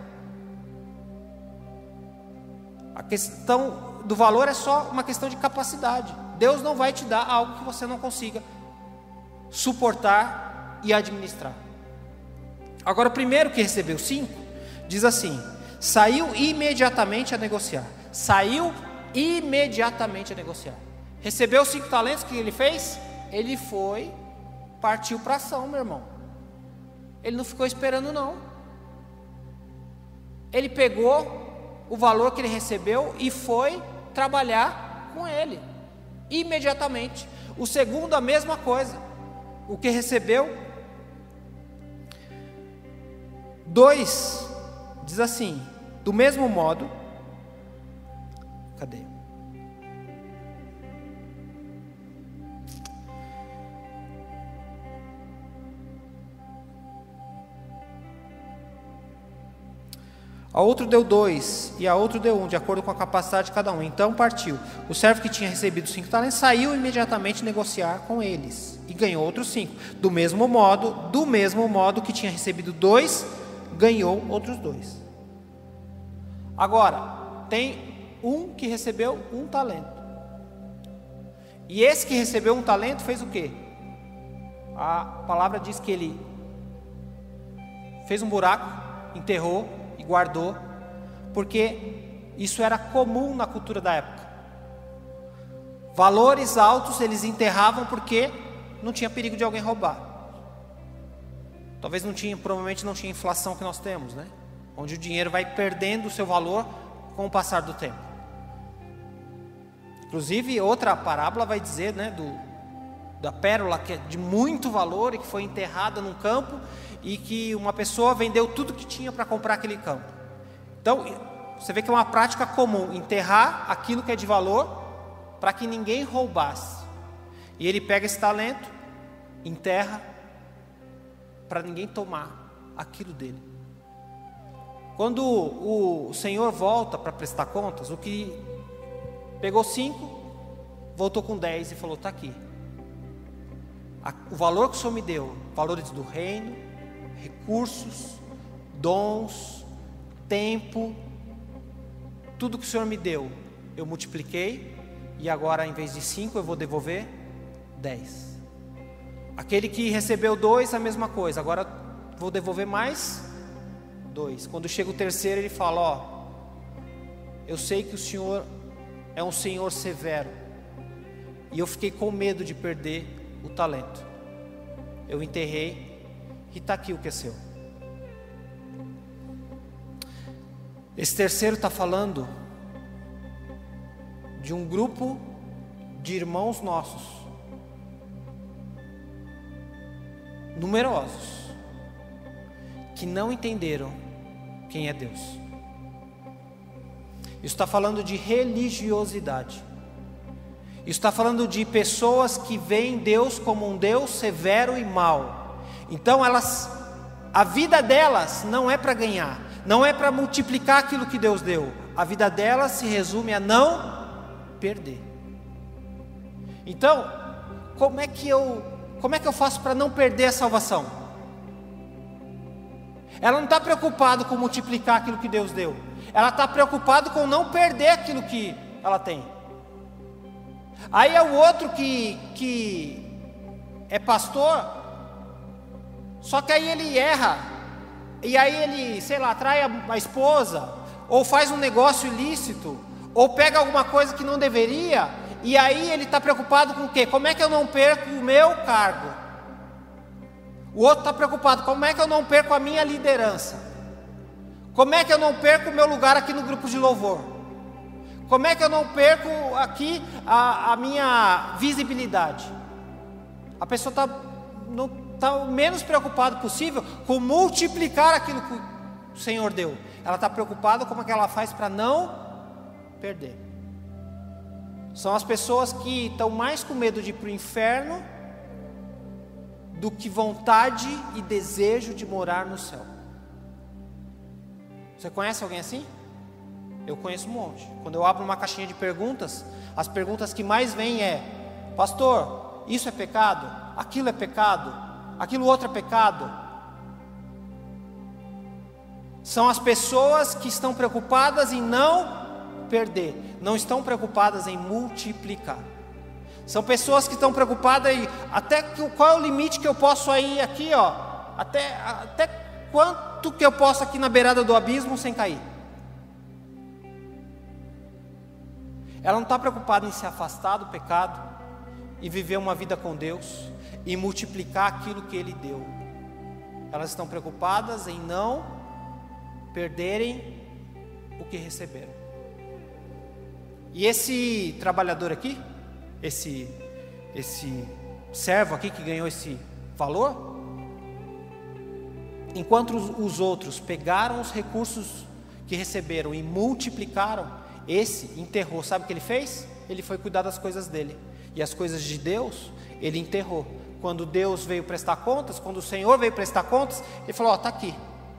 A questão do valor é só uma questão de capacidade. Deus não vai te dar algo que você não consiga suportar e administrar. Agora, o primeiro que recebeu cinco, diz assim: saiu imediatamente a negociar. Saiu imediatamente a negociar. Recebeu cinco talentos, o que ele fez? Ele foi, partiu para ação, meu irmão. Ele não ficou esperando não. Ele pegou o valor que ele recebeu e foi trabalhar com ele, imediatamente. O segundo, a mesma coisa. O que recebeu dois, diz assim: do mesmo modo, cadê? A outro deu dois, e a outro deu um, de acordo com a capacidade de cada um. Então partiu. O servo que tinha recebido cinco talentos saiu imediatamente negociar com eles, e ganhou outros cinco. Do mesmo modo, do mesmo modo que tinha recebido dois, ganhou outros dois. Agora, tem um que recebeu um talento. E esse que recebeu um talento fez o quê? A palavra diz que ele fez um buraco, enterrou e guardou, porque isso era comum na cultura da época. Valores altos eles enterravam porque não tinha perigo de alguém roubar. Talvez não tinha, provavelmente não tinha inflação que nós temos, né? Onde o dinheiro vai perdendo o seu valor com o passar do tempo. Inclusive, outra parábola vai dizer, né, do, da pérola que é de muito valor e que foi enterrada num campo e que uma pessoa vendeu tudo que tinha para comprar aquele campo. Então, você vê que é uma prática comum, enterrar aquilo que é de valor para que ninguém roubasse. E ele pega esse talento, enterra, para ninguém tomar aquilo dele. Quando o Senhor volta para prestar contas, o que pegou cinco, voltou com dez e falou: está aqui. O valor que o Senhor me deu, valores do reino, recursos, dons, tempo, tudo que o Senhor me deu, eu multipliquei, e agora em vez de cinco eu vou devolver dez. Aquele que recebeu dois, a mesma coisa, agora vou devolver mais dois. Quando chega o terceiro, ele fala: ó, eu sei que o Senhor é um Senhor severo, e eu fiquei com medo de perder o talento. Eu enterrei, e está aqui o que é seu. Esse terceiro está falando de um grupo de irmãos nossos, numerosos, que não entenderam quem é Deus. Isso está falando de religiosidade. Isso está falando de pessoas que veem Deus como um Deus severo e mau. Então elas, a vida delas não é para ganhar, não é para multiplicar aquilo que Deus deu. A vida delas se resume a não perder. Então, como é que eu, como é que eu faço para não perder a salvação? Ela não está preocupada com multiplicar aquilo que Deus deu. Ela está preocupada com não perder aquilo que ela tem. Aí é o outro que, que é pastor. Só que aí ele erra, e aí ele, sei lá, trai a, a esposa, ou faz um negócio ilícito, ou pega alguma coisa que não deveria, E aí ele está preocupado com o quê? Como é que eu não perco o meu cargo? O outro está preocupado, como é que eu não perco a minha liderança? Como é que eu não perco o meu lugar aqui no grupo de louvor? Como é que eu não perco aqui a, a minha visibilidade? A pessoa está tá o menos preocupado possível com multiplicar aquilo que o Senhor deu. Ela está preocupada como é que ela faz para não perder. São as pessoas que estão mais com medo de ir para o inferno do que vontade e desejo de morar no céu. Você conhece alguém assim? Eu conheço um monte. Quando eu abro uma caixinha de perguntas, as perguntas que mais vêm é: pastor, isso é pecado? Aquilo é pecado? Aquilo outro é pecado? São as pessoas que estão preocupadas em não perder, não estão preocupadas em multiplicar. São pessoas que estão preocupadas em até que, qual é o limite que eu posso ir aqui, ó, até, até quanto que eu posso aqui na beirada do abismo sem cair. Ela não está preocupada em se afastar do pecado e viver uma vida com Deus e multiplicar aquilo que Ele deu. Elas estão preocupadas em não perderem o que receberam. E esse trabalhador aqui, esse, esse servo aqui que ganhou esse valor, enquanto os, os outros pegaram os recursos que receberam e multiplicaram, esse enterrou. Sabe o que ele fez? Ele foi cuidar das coisas dele. E as coisas de Deus, ele enterrou. Quando Deus veio prestar contas, quando o Senhor veio prestar contas, ele falou: ó, está aqui.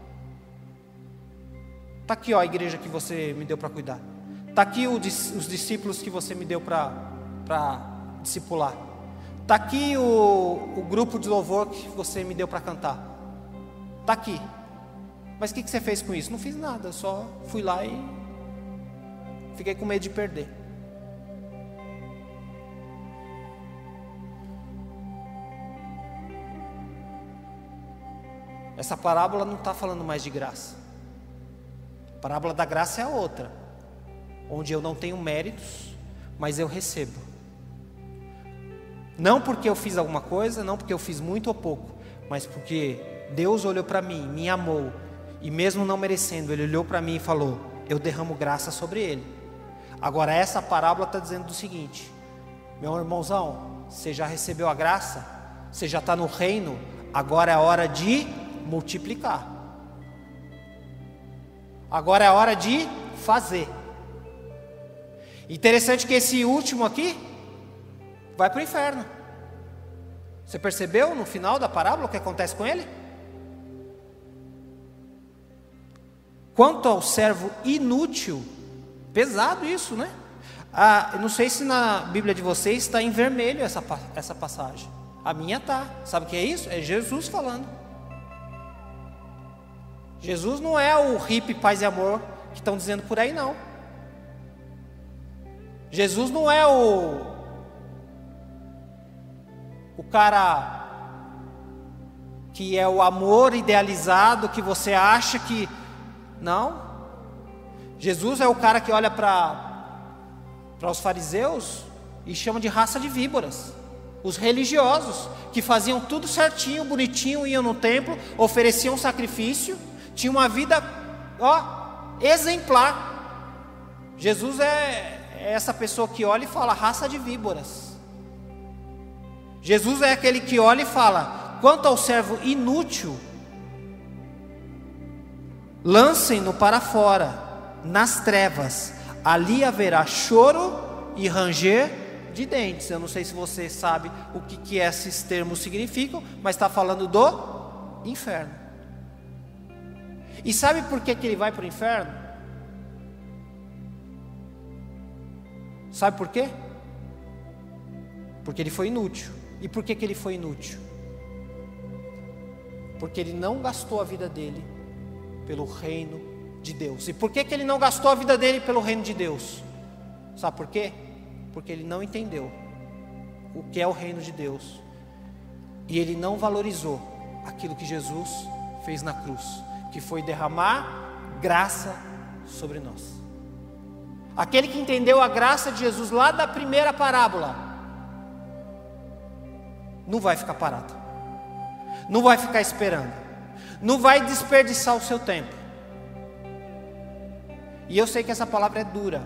Está aqui, ó, a igreja que você me deu para cuidar. Está aqui o, os discípulos que você me deu para discipular. Está aqui o, o grupo de louvor que você me deu para cantar. Está aqui. Mas o que, que você fez com isso? Não fiz nada, eu só fui lá e fiquei com medo de perder. Essa parábola não está falando mais de graça. A parábola da graça é a outra, onde eu não tenho méritos, mas eu recebo. Não porque eu fiz alguma coisa, não porque eu fiz muito ou pouco, mas porque Deus olhou para mim, me amou, e mesmo não merecendo, Ele olhou para mim e falou: eu derramo graça sobre ele. Agora essa parábola está dizendo o seguinte: meu irmãozão, você já recebeu a graça, você já está no reino, agora é a hora de multiplicar. Agora é a hora de fazer. Interessante que esse último aqui vai para o inferno. Você percebeu no final da parábola o que acontece com ele? Quanto ao servo inútil, pesado isso, né? Ah, eu não sei se na Bíblia de vocês está em vermelho essa, essa passagem. A minha está. Sabe o que é isso? É Jesus falando. Jesus não é o hippie paz e amor que estão dizendo por aí, não. Jesus não é o o cara que é o amor idealizado que você acha que... Não. Jesus é o cara que olha para para os fariseus e chama de raça de víboras. Os religiosos que faziam tudo certinho, bonitinho, iam no templo, ofereciam sacrifício, tinham uma vida, ó, exemplar. Jesus é, é essa pessoa que olha e fala: raça de víboras. Jesus é aquele que olha e fala: quanto ao servo inútil, lancem-no para fora, nas trevas, ali haverá choro e ranger de dentes. Eu não sei se você sabe o que, que esses termos significam, mas está falando do inferno. E sabe por que, que ele vai para o inferno? Sabe por quê? Porque ele foi inútil. E por que, que ele foi inútil? Porque ele não gastou a vida dele pelo reino de Deus. E por que, que ele não gastou a vida dele pelo reino de Deus? Sabe por quê? Porque ele não entendeu o que é o reino de Deus. E ele não valorizou aquilo que Jesus fez na cruz, que foi derramar graça sobre nós. aquele que entendeu a graça de Jesus lá da primeira parábola, não vai ficar parado, não vai ficar esperando, não vai desperdiçar o seu tempo. E eu sei que essa palavra é dura,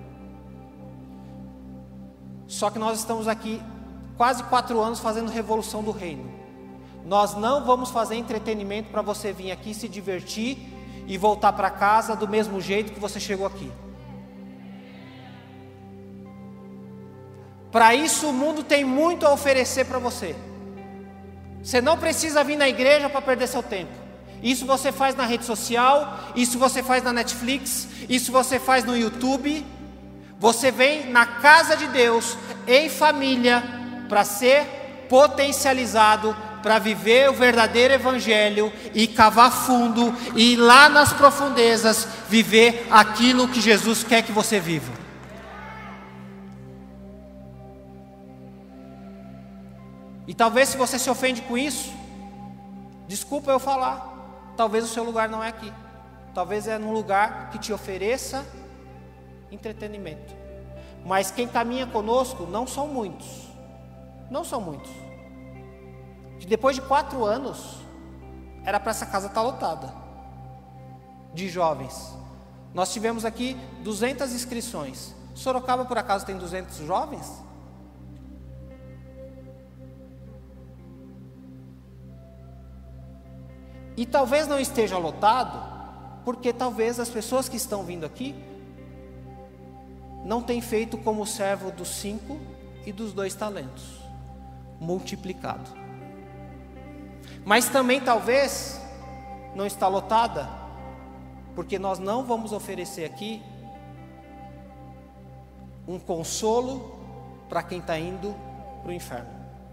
só que nós estamos aqui quase quatro anos fazendo revolução do reino. Nós não vamos fazer entretenimento para você vir aqui se divertir e voltar para casa do mesmo jeito que você chegou aqui. Para isso o mundo tem muito a oferecer para você. Você não precisa vir na igreja para perder seu tempo. Isso você faz na rede social, isso você faz na Netflix, isso você faz no YouTube. Você vem na casa de Deus, em família, para ser potencializado, para viver o verdadeiro evangelho e cavar fundo e ir lá nas profundezas viver aquilo que Jesus quer que você viva. E talvez se você se ofende com isso, desculpa eu falar, talvez o seu lugar não é aqui. Talvez é num lugar que te ofereça entretenimento. Mas quem caminha conosco não são muitos. Não são muitos. Que depois de quatro anos, era para essa casa estar lotada de jovens. Nós tivemos aqui duzentas inscrições. Sorocaba, por acaso, tem duzentos jovens? E talvez não esteja lotado, porque talvez as pessoas que estão vindo aqui não têm feito como o servo dos cinco e dos dois talentos, multiplicado. Mas também talvez não está lotada, porque nós não vamos oferecer aqui um consolo para quem está indo para o inferno.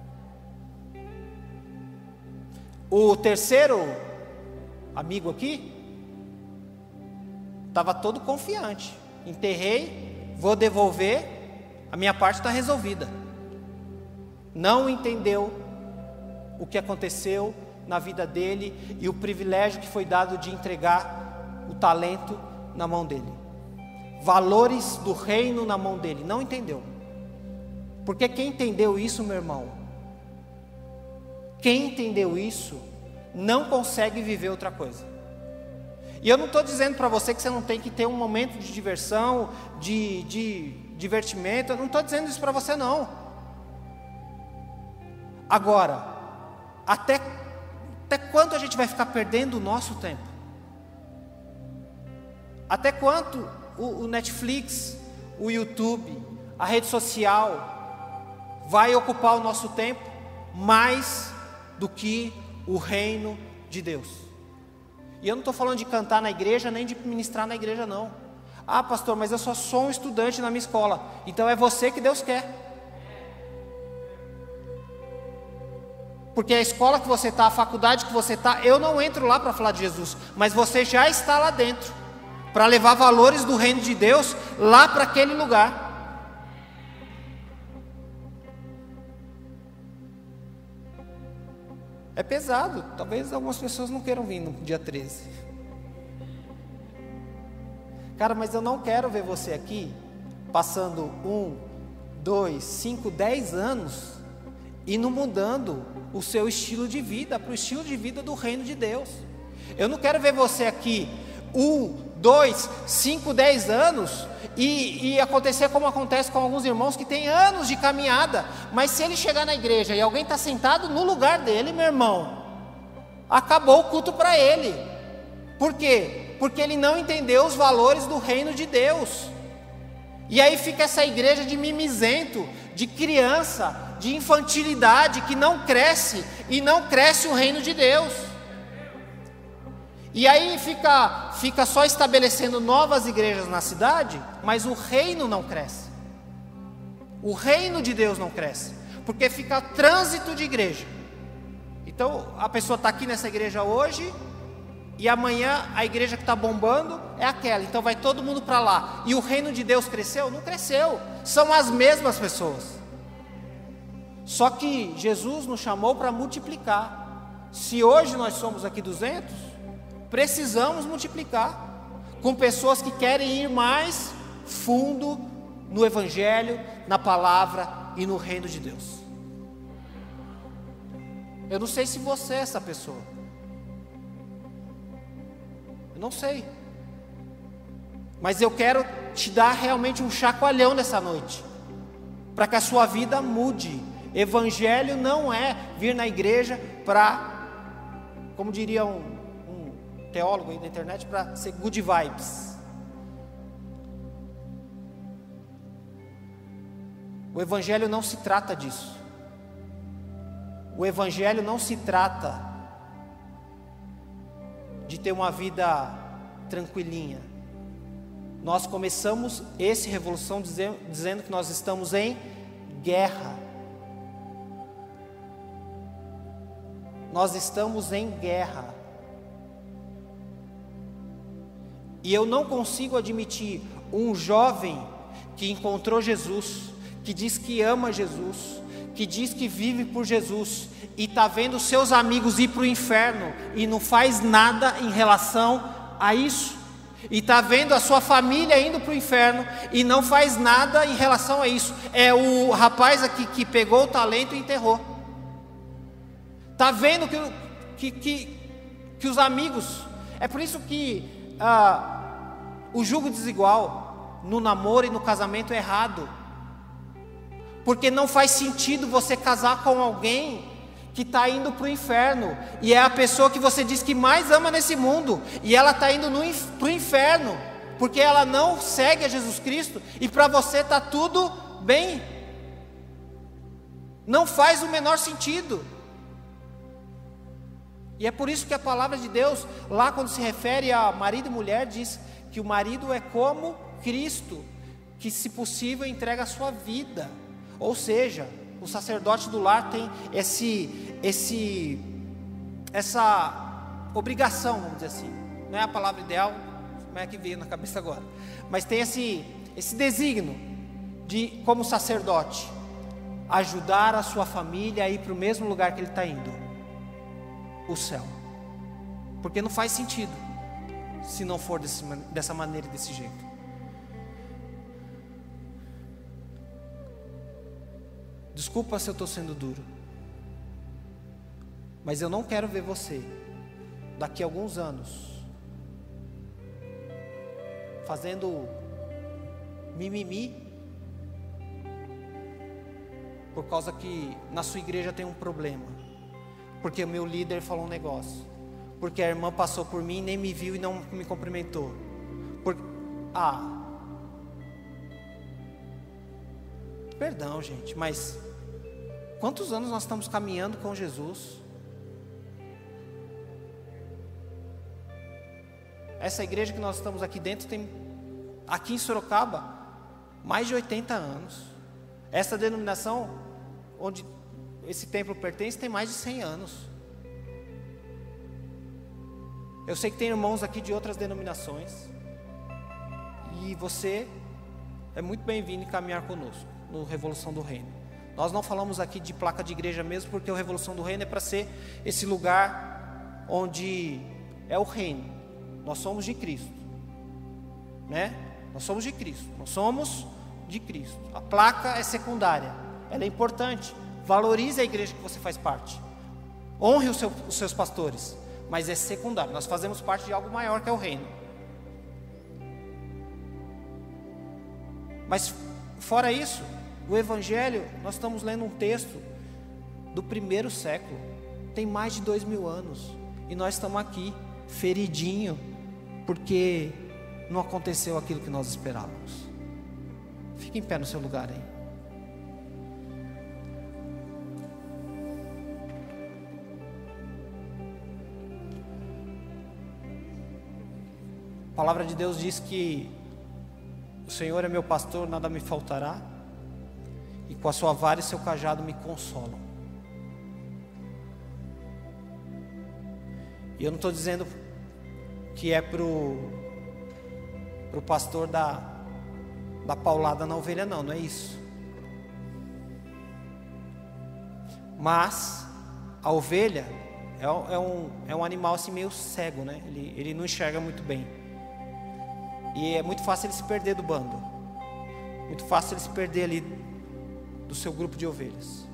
O terceiro amigo aqui estava todo confiante. Enterrei, vou devolver, a minha parte está resolvida. Não entendeu o que aconteceu na vida dele e o privilégio que foi dado de entregar o talento na mão dele, valores do reino na mão dele. Não entendeu. Porque quem entendeu isso, meu irmão, quem entendeu isso não consegue viver outra coisa. E eu não estou dizendo para você que você não tem que ter um momento de diversão, de, de divertimento. Eu não estou dizendo isso para você não. Agora, até, até quanto a gente vai ficar perdendo o nosso tempo? Até quanto o, o Netflix, o YouTube, a rede social vai ocupar o nosso tempo mais do que o reino de Deus? E eu não estou falando de cantar na igreja, nem de ministrar na igreja não. Ah, pastor, mas eu só sou um estudante na minha escola. Então é você que Deus quer. Porque a escola que você está, a faculdade que você está, eu não entro lá para falar de Jesus, mas você já está lá dentro, para levar valores do reino de Deus lá para aquele lugar. É pesado, talvez algumas pessoas não queiram vir no dia treze. Cara, mas eu não quero ver você aqui passando um, dois, cinco, dez anos e não mudando o seu estilo de vida para o estilo de vida do reino de Deus. Eu não quero ver você aqui um, dois, cinco, dez anos e, e acontecer como acontece com alguns irmãos que têm anos de caminhada, mas se ele chegar na igreja e alguém está sentado no lugar dele, meu irmão, acabou o culto para ele. Por quê? Porque ele não entendeu os valores do reino de Deus. E aí fica essa igreja de mimizento, de criança, de infantilidade, que não cresce, e não cresce o reino de Deus. E aí fica, fica só estabelecendo novas igrejas na cidade, mas o reino não cresce. O reino de Deus não cresce, porque fica trânsito de igreja. Então a pessoa está aqui nessa igreja hoje, e amanhã a igreja que está bombando é aquela, então vai todo mundo para lá. E o reino de Deus cresceu? Não cresceu, são as mesmas pessoas. Só que Jesus nos chamou para multiplicar. Se hoje nós somos aqui duzentos, precisamos multiplicar, com pessoas que querem ir mais fundo no Evangelho, na palavra e no reino de Deus. Eu não sei se você é essa pessoa. Eu não sei. Mas eu quero te dar realmente um chacoalhão nessa noite, para que a sua vida mude. Evangelho não é vir na igreja para, como diria um, um teólogo aí na internet, para ser good vibes. O Evangelho não se trata disso. O Evangelho não se trata de ter uma vida tranquilinha. Nós começamos esse Revolução dizendo, dizendo que nós estamos em guerra. Nós estamos em guerra. E eu não consigo admitir um jovem que encontrou Jesus, que diz que ama Jesus, que diz que vive por Jesus, e está vendo seus amigos ir para o inferno, e não faz nada em relação a isso. E está vendo a sua família indo para o inferno, e não faz nada em relação a isso. É o rapaz aqui que pegou o talento e enterrou. Está vendo que, que, que, que os amigos... É por isso que ah, o julgo desigual no namoro e no casamento é errado. Porque não faz sentido você casar com alguém que está indo para o inferno, e é a pessoa que você diz que mais ama nesse mundo, e ela está indo para o inferno, porque ela não segue a Jesus Cristo, e para você está tudo bem. Não faz o menor sentido. E é por isso que a palavra de Deus, lá quando se refere a marido e mulher, diz que o marido é como Cristo, que se possível entrega a sua vida. Ou seja, o sacerdote do lar tem esse, esse, essa obrigação, vamos dizer assim. Não é a palavra ideal, não é a que veio na cabeça agora. Mas tem esse, esse desígnio de, como sacerdote, ajudar a sua família a ir para o mesmo lugar que ele está indo, o céu. Porque não faz sentido se não for desse, dessa maneira e desse jeito. Desculpa se eu estou sendo duro, mas eu não quero ver você, daqui a alguns anos, fazendo mimimi, por causa que na sua igreja tem um problema, porque o meu líder falou um negócio, porque a irmã passou por mim, nem me viu e não me cumprimentou. Por... Ah, perdão, gente, mas quantos anos nós estamos caminhando com Jesus? Essa igreja que nós estamos aqui dentro tem, aqui em Sorocaba, mais de oitenta anos. Essa denominação, onde esse templo pertence, tem mais de cem anos. Eu sei que tem irmãos aqui de outras denominações, e você é muito bem-vindo em caminhar conosco no Revolução do Reino. Nós não falamos aqui de placa de igreja mesmo, porque o Revolução do Reino é para ser esse lugar onde é o reino. Nós somos de Cristo, né? Nós somos de Cristo, nós somos de Cristo. A placa é secundária, ela é importante. Valorize a igreja que você faz parte, honre os, seu, os seus pastores, mas é secundário. Nós fazemos parte de algo maior que é o reino. Mas fora isso, o Evangelho, nós estamos lendo um texto do primeiro século, tem mais de dois mil anos, e nós estamos aqui, feridinho, porque não aconteceu aquilo que nós esperávamos. Fique em pé no seu lugar aí. A palavra de Deus diz que o Senhor é meu pastor, nada me faltará, e com a sua vara e seu cajado me consolam. E eu não estou dizendo que é para o pastor da, da paulada na ovelha, não, não é isso. Mas a ovelha é, é, um, é um animal assim meio cego, né? Ele, ele não enxerga muito bem. E é muito fácil ele se perder do bando. muito fácil ele se perder ali do seu grupo de ovelhas.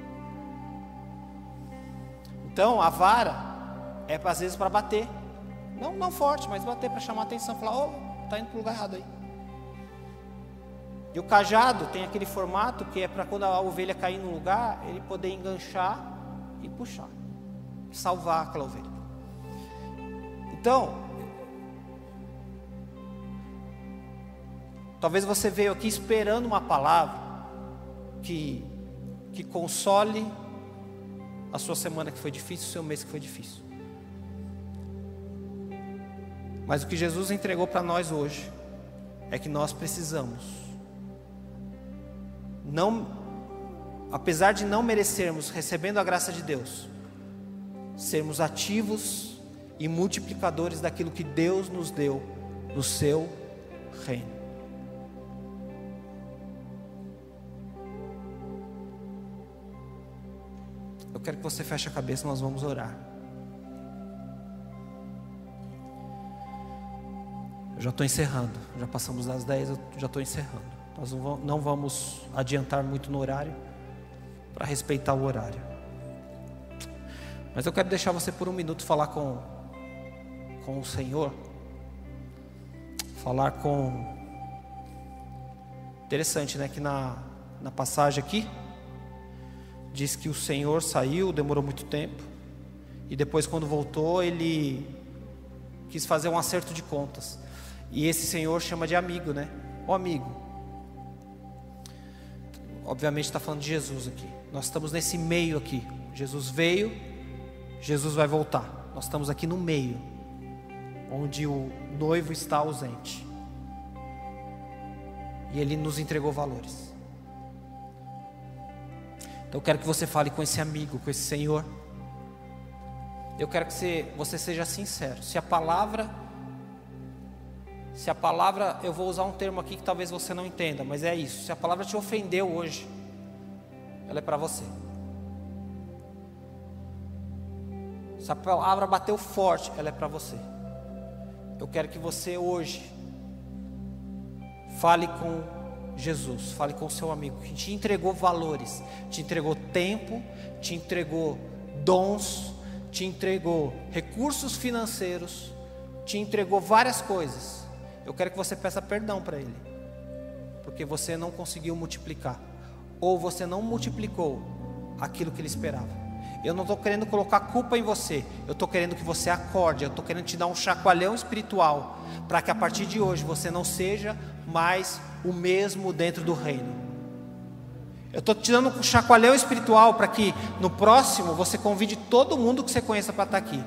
Então a vara é às vezes para bater, não, não forte, mas bater para chamar a atenção, falar, ó, oh, está indo para o lugar errado aí. E o cajado tem aquele formato que é para quando a ovelha cair no lugar, ele poder enganchar e puxar, salvar aquela ovelha. Então, talvez você veio aqui esperando uma palavra que, que console a sua semana que foi difícil, o seu mês que foi difícil. Mas o que Jesus entregou para nós hoje é que nós precisamos, não, apesar de não merecermos, recebendo a graça de Deus, sermos ativos e multiplicadores daquilo que Deus nos deu no seu reino. Eu quero que você feche a cabeça, nós vamos orar. Eu já estou encerrando, já passamos das dez, eu já estou encerrando. Nós não vamos adiantar muito no horário, para respeitar o horário. Mas eu quero deixar você por um minuto falar com, com o Senhor. Falar com... Interessante, né? Que na, na passagem aqui, diz que o Senhor saiu, demorou muito tempo. E depois quando voltou, ele quis fazer um acerto de contas. E esse Senhor chama de amigo, né? Ô amigo. Obviamente está falando de Jesus aqui. Nós estamos nesse meio aqui. Jesus veio, Jesus vai voltar. Nós estamos aqui no meio, onde o noivo está ausente. E Ele nos entregou valores. Então eu quero que você fale com esse amigo, com esse Senhor. Eu quero que você, você seja sincero. Se a palavra... Se a palavra, eu vou usar um termo aqui que talvez você não entenda, mas é isso. Se a palavra te ofendeu hoje, ela é para você. Se a palavra bateu forte, ela é para você. Eu quero que você hoje fale com Jesus, fale com o seu amigo, que te entregou valores, te entregou tempo, te entregou dons, te entregou recursos financeiros, te entregou várias coisas. Eu quero que você peça perdão para Ele, porque você não conseguiu multiplicar, ou você não multiplicou aquilo que Ele esperava. Eu não estou querendo colocar culpa em você, eu estou querendo que você acorde, eu estou querendo te dar um chacoalhão espiritual, para que a partir de hoje você não seja mais o mesmo dentro do reino. Eu estou te dando um chacoalhão espiritual, para que no próximo você convide todo mundo que você conheça para estar aqui.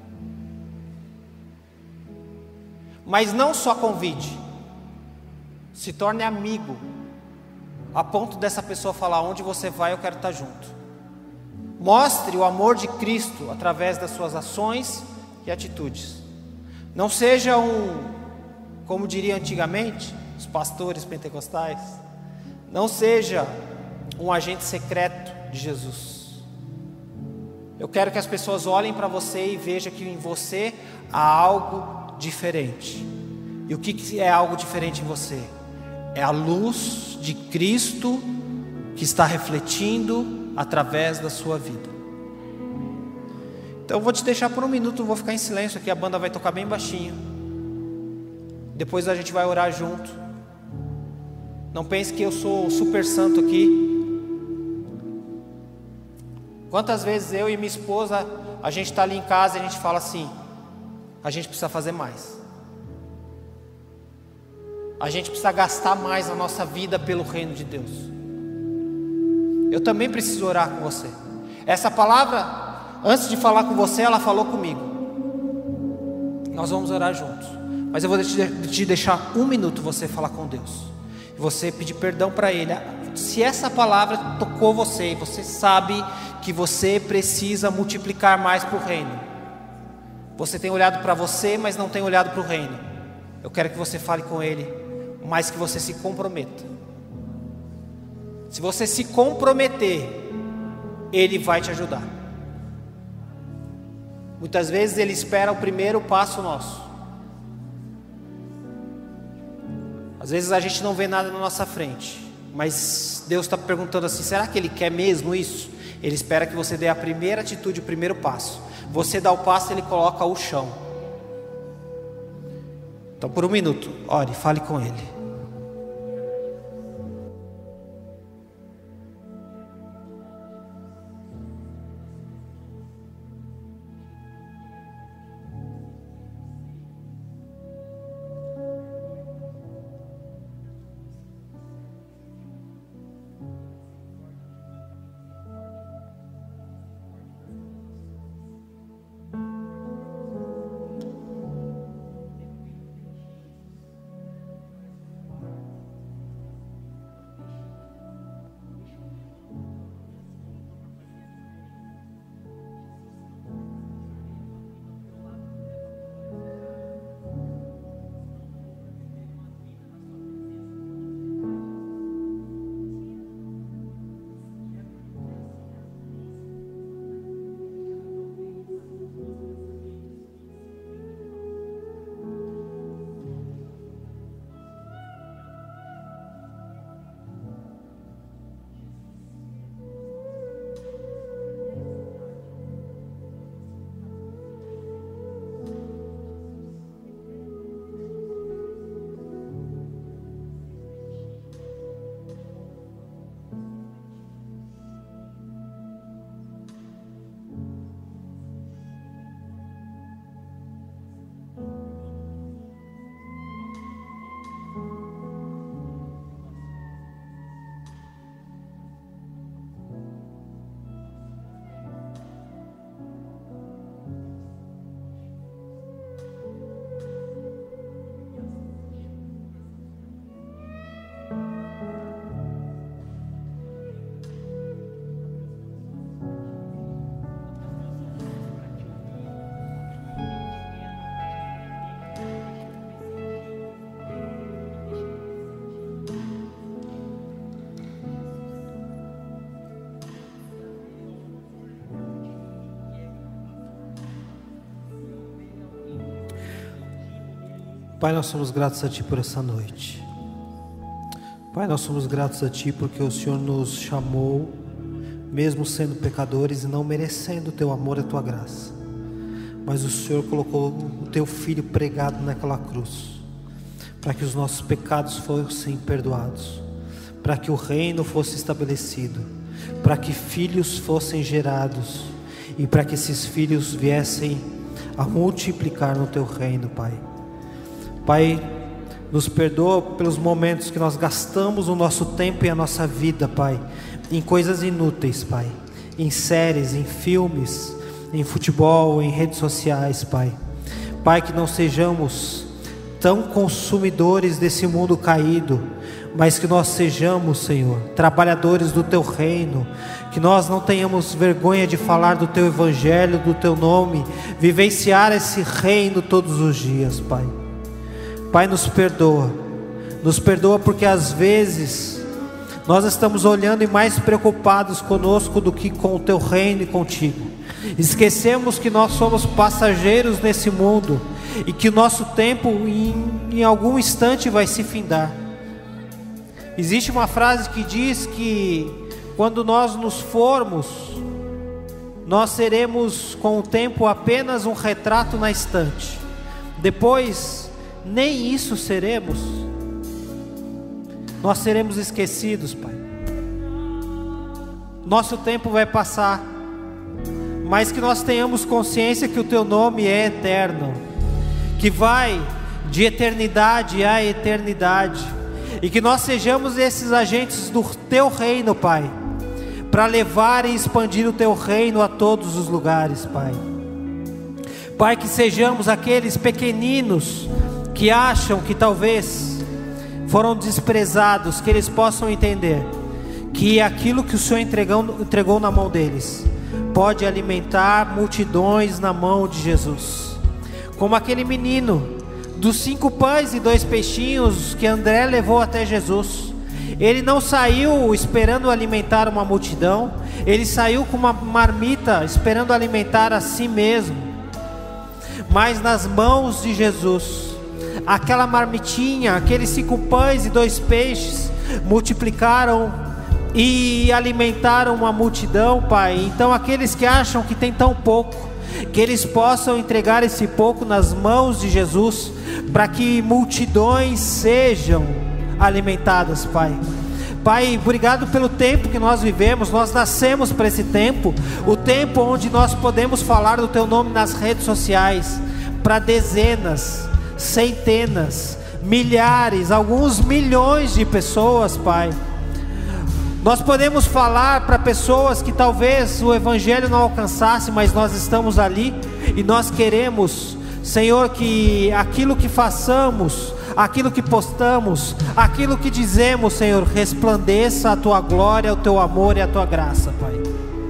Mas não só convide, se torne amigo, a ponto dessa pessoa falar, onde você vai eu quero estar junto. Mostre o amor de Cristo através das suas ações e atitudes. Não seja um, como diria antigamente os pastores pentecostais, não seja um agente secreto de Jesus. Eu quero que as pessoas olhem para você e vejam que em você há algo diferente. E o que é algo diferente em você? É a luz de Cristo que está refletindo através da sua vida. Então eu vou te deixar por um minuto, vou ficar em silêncio aqui, a banda vai tocar bem baixinho. Depois a gente vai orar junto. Não pense que eu sou super santo aqui. Quantas vezes eu e minha esposa, a gente está ali em casa e a gente fala assim, a gente precisa fazer mais. A gente precisa gastar mais a nossa vida pelo reino de Deus. Eu também preciso orar com você. Essa palavra, antes de falar com você, ela falou comigo. Nós vamos orar juntos. Mas eu vou te deixar um minuto você falar com Deus. E você pedir perdão para Ele. Se essa palavra tocou você, e você sabe que você precisa multiplicar mais para o reino. Você tem olhado para você, mas não tem olhado para o reino. Eu quero que você fale com Ele, mas que você se comprometa. Se você se comprometer, Ele vai te ajudar. Muitas vezes Ele espera o primeiro passo nosso. Às Às vezes a gente não vê nada na nossa frente, mas Deus está perguntando assim: será que Ele quer mesmo isso? Ele espera que você dê a primeira atitude, o primeiro passo. Você dá o passo, Ele coloca o chão. Então, por um minuto, ore, fale com Ele. Pai, nós somos gratos a Ti por essa noite. Pai, nós somos gratos a Ti porque o Senhor nos chamou, mesmo sendo pecadores e não merecendo o Teu amor e a Tua graça. Mas o Senhor colocou o Teu Filho pregado naquela cruz, para que os nossos pecados fossem perdoados, para que o reino fosse estabelecido, para que filhos fossem gerados e para que esses filhos viessem a multiplicar no Teu reino, Pai. Pai, nos perdoa pelos momentos que nós gastamos o nosso tempo e a nossa vida, Pai, em coisas inúteis, Pai, em séries, em filmes, em futebol, em redes sociais, Pai. Pai, que não sejamos tão consumidores desse mundo caído, mas que nós sejamos, Senhor, trabalhadores do Teu reino, que nós não tenhamos vergonha de falar do Teu evangelho, do Teu nome, vivenciar esse reino todos os dias, Pai. Pai, nos perdoa, nos perdoa porque às vezes nós estamos olhando e mais preocupados conosco do que com o Teu reino e contigo. Esquecemos que nós somos passageiros nesse mundo e que o nosso tempo em, em algum instante vai se findar. Existe uma frase que diz que quando nós nos formos, nós seremos com o tempo apenas um retrato na estante. Depois, nem isso seremos. Nós seremos esquecidos, Pai. Nosso tempo vai passar, mas que nós tenhamos consciência que o Teu nome é eterno, que vai de eternidade a eternidade, e que nós sejamos esses agentes do Teu reino, Pai, para levar e expandir o Teu reino a todos os lugares, Pai. Pai, que sejamos aqueles pequeninos que acham que talvez foram desprezados, que eles possam entender que aquilo que o Senhor entregou, entregou na mão deles pode alimentar multidões na mão de Jesus. Como aquele menino dos cinco pães e dois peixinhos que André levou até Jesus. Ele não saiu esperando alimentar uma multidão, ele saiu com uma marmita esperando alimentar a si mesmo. Mas nas mãos de Jesus, aquela marmitinha, aqueles cinco pães e dois peixes, multiplicaram e alimentaram uma multidão, Pai. Então aqueles que acham que tem tão pouco, que eles possam entregar esse pouco nas mãos de Jesus, para que multidões sejam alimentadas, Pai. Pai, obrigado pelo tempo que nós vivemos. Nós nascemos para esse tempo, o tempo onde nós podemos falar do Teu nome nas redes sociais, para dezenas, centenas, milhares, alguns milhões de pessoas, Pai. Nós podemos falar para pessoas que talvez o Evangelho não alcançasse, mas nós estamos ali e nós queremos, Senhor, que aquilo que façamos, aquilo que postamos, aquilo que dizemos, Senhor, resplandeça a Tua glória, o Teu amor e a Tua graça, Pai.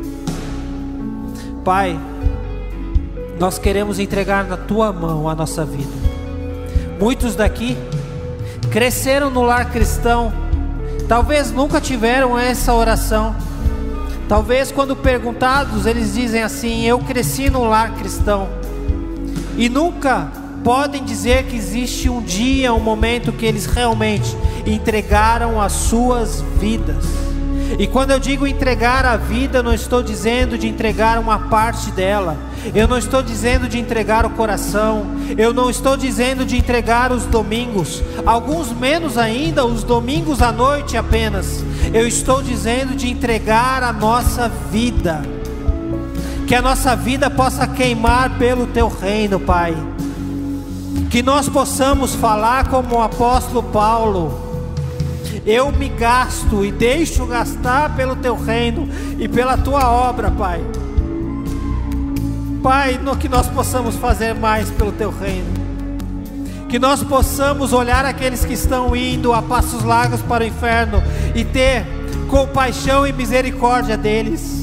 Pai, nós queremos entregar na Tua mão a nossa vida. Muitos daqui cresceram no lar cristão, talvez nunca tiveram essa oração. Talvez quando perguntados eles dizem assim: eu cresci no lar cristão, e nunca podem dizer que existe um dia, um momento que eles realmente entregaram as suas vidas. E quando eu digo entregar a vida, eu não estou dizendo de entregar uma parte dela, eu não estou dizendo de entregar o coração, eu não estou dizendo de entregar os domingos, alguns menos ainda, os domingos à noite apenas. Eu estou dizendo de entregar a nossa vida, que a nossa vida possa queimar pelo Teu reino, Pai. Que nós possamos falar como o apóstolo Paulo: eu me gasto e deixo gastar pelo Teu reino e pela Tua obra, Pai. Pai, no que nós possamos fazer mais pelo Teu reino, que nós possamos olhar aqueles que estão indo a passos largos para o inferno e ter compaixão e misericórdia deles.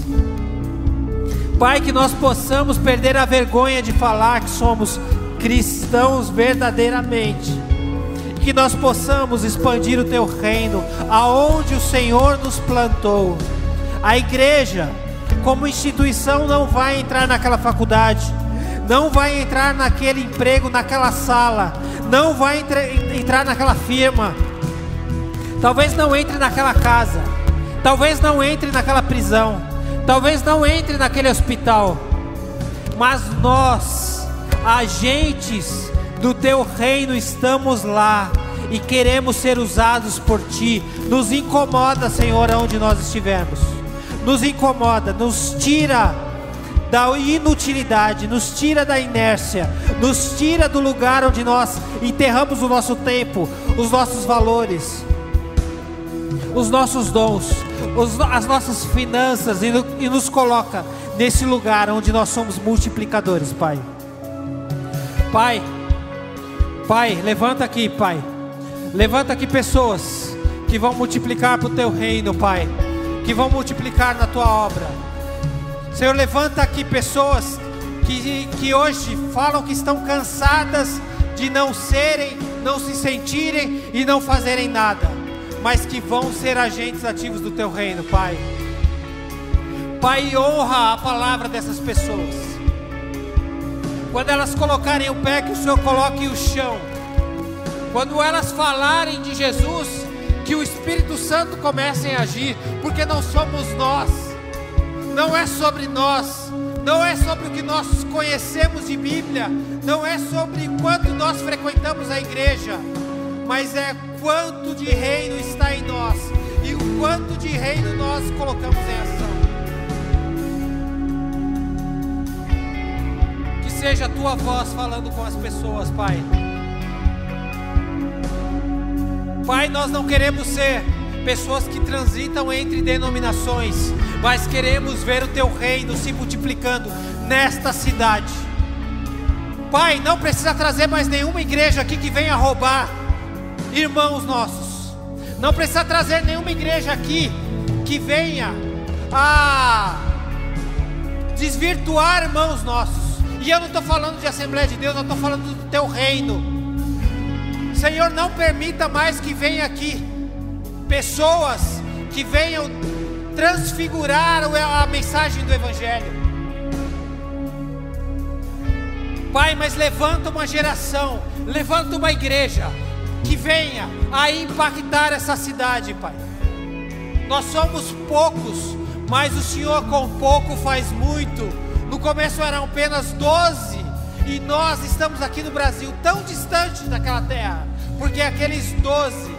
Pai, que nós possamos perder a vergonha de falar que somos cristãos verdadeiramente, que nós possamos expandir o Teu reino aonde o Senhor nos plantou. A igreja como instituição não vai entrar naquela faculdade, não vai entrar naquele emprego, naquela sala, não vai entre, entrar naquela firma, talvez não entre naquela casa, talvez não entre naquela prisão, talvez não entre naquele hospital, mas nós, agentes do Teu reino, estamos lá e queremos ser usados por Ti. Nos incomoda, Senhor, aonde nós estivermos, nos incomoda, nos tira da inutilidade, nos tira da inércia, nos tira do lugar onde nós enterramos o nosso tempo, os nossos valores, os nossos dons, os, as nossas finanças, e, no, e nos coloca nesse lugar onde nós somos multiplicadores, Pai. Pai, Pai, levanta aqui, Pai, levanta aqui pessoas que vão multiplicar para o Teu reino, Pai, que vão multiplicar na Tua obra. Senhor, levanta aqui pessoas que, que hoje falam que estão cansadas de não serem, não se sentirem e não fazerem nada, mas que vão ser agentes ativos do Teu reino, Pai. Pai, honra a palavra dessas pessoas. Quando elas colocarem o pé, que o Senhor coloque o chão. Quando elas falarem de Jesus, que o Espírito Santo comece a agir, porque não somos nós, não é sobre nós, não é sobre o que nós conhecemos de Bíblia, não é sobre quanto nós frequentamos a igreja, mas é quanto de reino está em nós e o quanto de reino nós colocamos em ação. Que seja a Tua voz falando com as pessoas, Pai. Pai, nós não queremos ser pessoas que transitam entre denominações, mas queremos ver o Teu reino se multiplicando nesta cidade. Pai, não precisa trazer mais nenhuma igreja aqui que venha roubar irmãos nossos. Não precisa trazer nenhuma igreja aqui que venha a desvirtuar irmãos nossos. E eu não estou falando de Assembleia de Deus, eu estou falando do Teu reino. Senhor, não permita mais que venha aqui pessoas que venham transfigurar a mensagem do Evangelho. Pai, mas levanta uma geração, levanta uma igreja que venha a impactar essa cidade, Pai. Nós somos poucos, mas o Senhor com pouco faz muito. No começo eram apenas doze, e nós estamos aqui no Brasil, tão distante daquela terra, porque aqueles doze,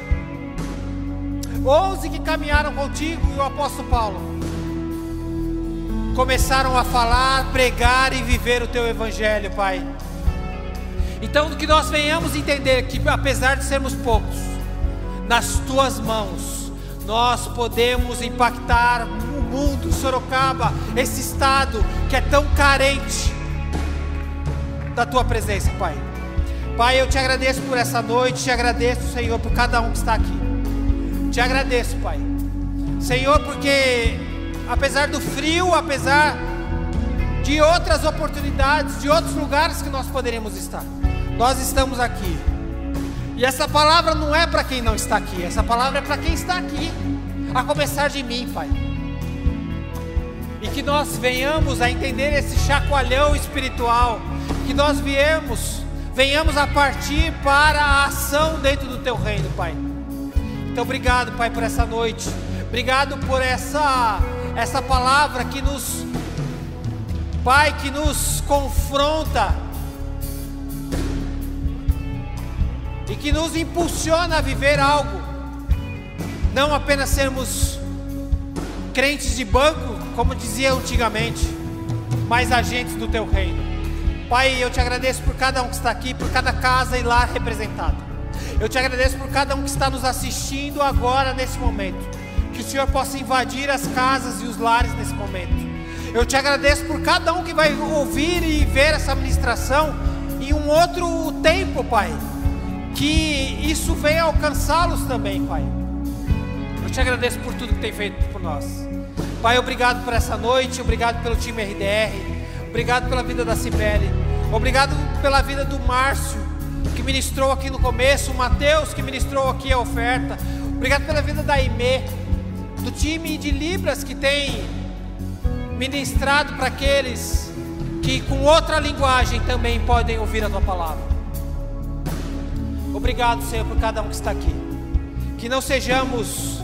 onze que caminharam contigo e o apóstolo Paulo, começaram a falar, pregar e viver o teu evangelho, Pai. Então que nós venhamos entender que apesar de sermos poucos, nas tuas mãos nós podemos impactar o mundo, Sorocaba, esse estado que é tão carente da tua presença, Pai. Pai, eu te agradeço por essa noite, te agradeço, Senhor, por cada um que está aqui. Te agradeço, Pai, Senhor, porque apesar do frio, apesar de outras oportunidades, de outros lugares que nós poderíamos estar, nós estamos aqui. E essa palavra não é para quem não está aqui, essa palavra é para quem está aqui, a começar de mim, Pai. E que nós venhamos a entender esse chacoalhão espiritual, que nós viemos, venhamos a partir para a ação dentro do teu reino, Pai. Então obrigado, Pai, por essa noite, obrigado por essa, essa palavra que nos, Pai, que nos confronta e que nos impulsiona a viver algo, não apenas sermos crentes de banco, como dizia antigamente, mas agentes do teu reino. Pai, eu te agradeço por cada um que está aqui, por cada casa e lar representado. Eu te agradeço por cada um que está nos assistindo agora nesse momento, que o Senhor possa invadir as casas e os lares nesse momento. Eu te agradeço por cada um que vai ouvir e ver essa ministração em um outro tempo, Pai, que isso venha alcançá-los também, Pai. Eu te agradeço por tudo que tem feito por nós, Pai. Obrigado por essa noite, obrigado pelo time R D R, obrigado pela vida da Cibele, obrigado pela vida do Márcio, que ministrou aqui no começo, o Mateus, que ministrou aqui a oferta, obrigado pela vida da Aimee, do time de Libras, que tem ministrado para aqueles que com outra linguagem também podem ouvir a tua palavra. Obrigado, Senhor, por cada um que está aqui. Que não sejamos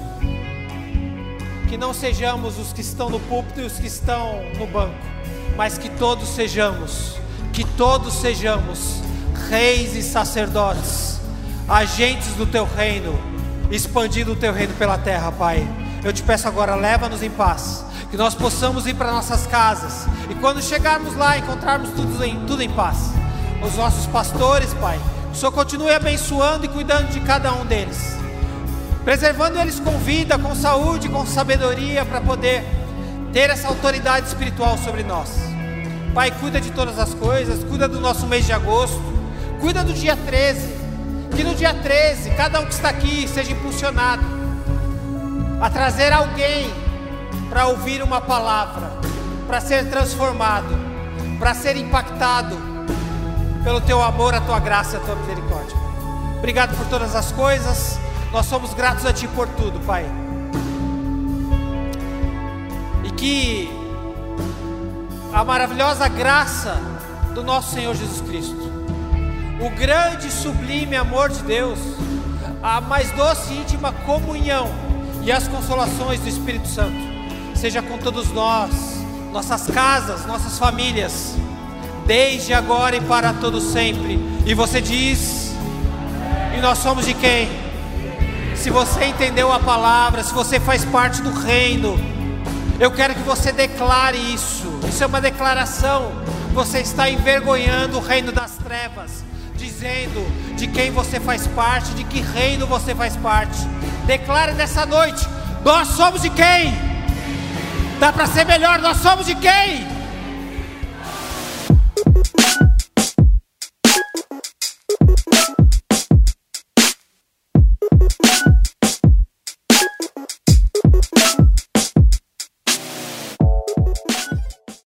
Que não sejamos os que estão no púlpito e os que estão no banco, mas que todos sejamos Que todos sejamos reis e sacerdotes, agentes do teu reino, expandindo o teu reino pela terra, Pai. Eu te peço agora, leva-nos em paz, que nós possamos ir para nossas casas, e quando chegarmos lá, encontrarmos tudo em, tudo em paz. Os nossos pastores, Pai, o Senhor continue abençoando e cuidando de cada um deles, preservando eles com vida, com saúde, com sabedoria, para poder ter essa autoridade espiritual sobre nós. Pai, cuida de todas as coisas, cuida do nosso mês de agosto, cuida do dia treze, que no dia treze, cada um que está aqui seja impulsionado a trazer alguém para ouvir uma palavra, para ser transformado, para ser impactado pelo teu amor, a tua graça e a tua misericórdia. Obrigado por todas as coisas, nós somos gratos a ti por tudo, Pai. E que a maravilhosa graça do nosso Senhor Jesus Cristo, o grande e sublime amor de Deus, a mais doce e íntima comunhão e as consolações do Espírito Santo seja com todos nós, nossas casas, nossas famílias, desde agora e para todo sempre. E você diz, e nós somos de quem? Se você entendeu a palavra, se você faz parte do reino, eu quero que você declare isso. Isso é uma declaração. Você está envergonhando o reino das trevas, dizendo de quem você faz parte, de que reino você faz parte. Declare nessa noite: nós somos de quem? Dá para ser melhor, nós somos de quem?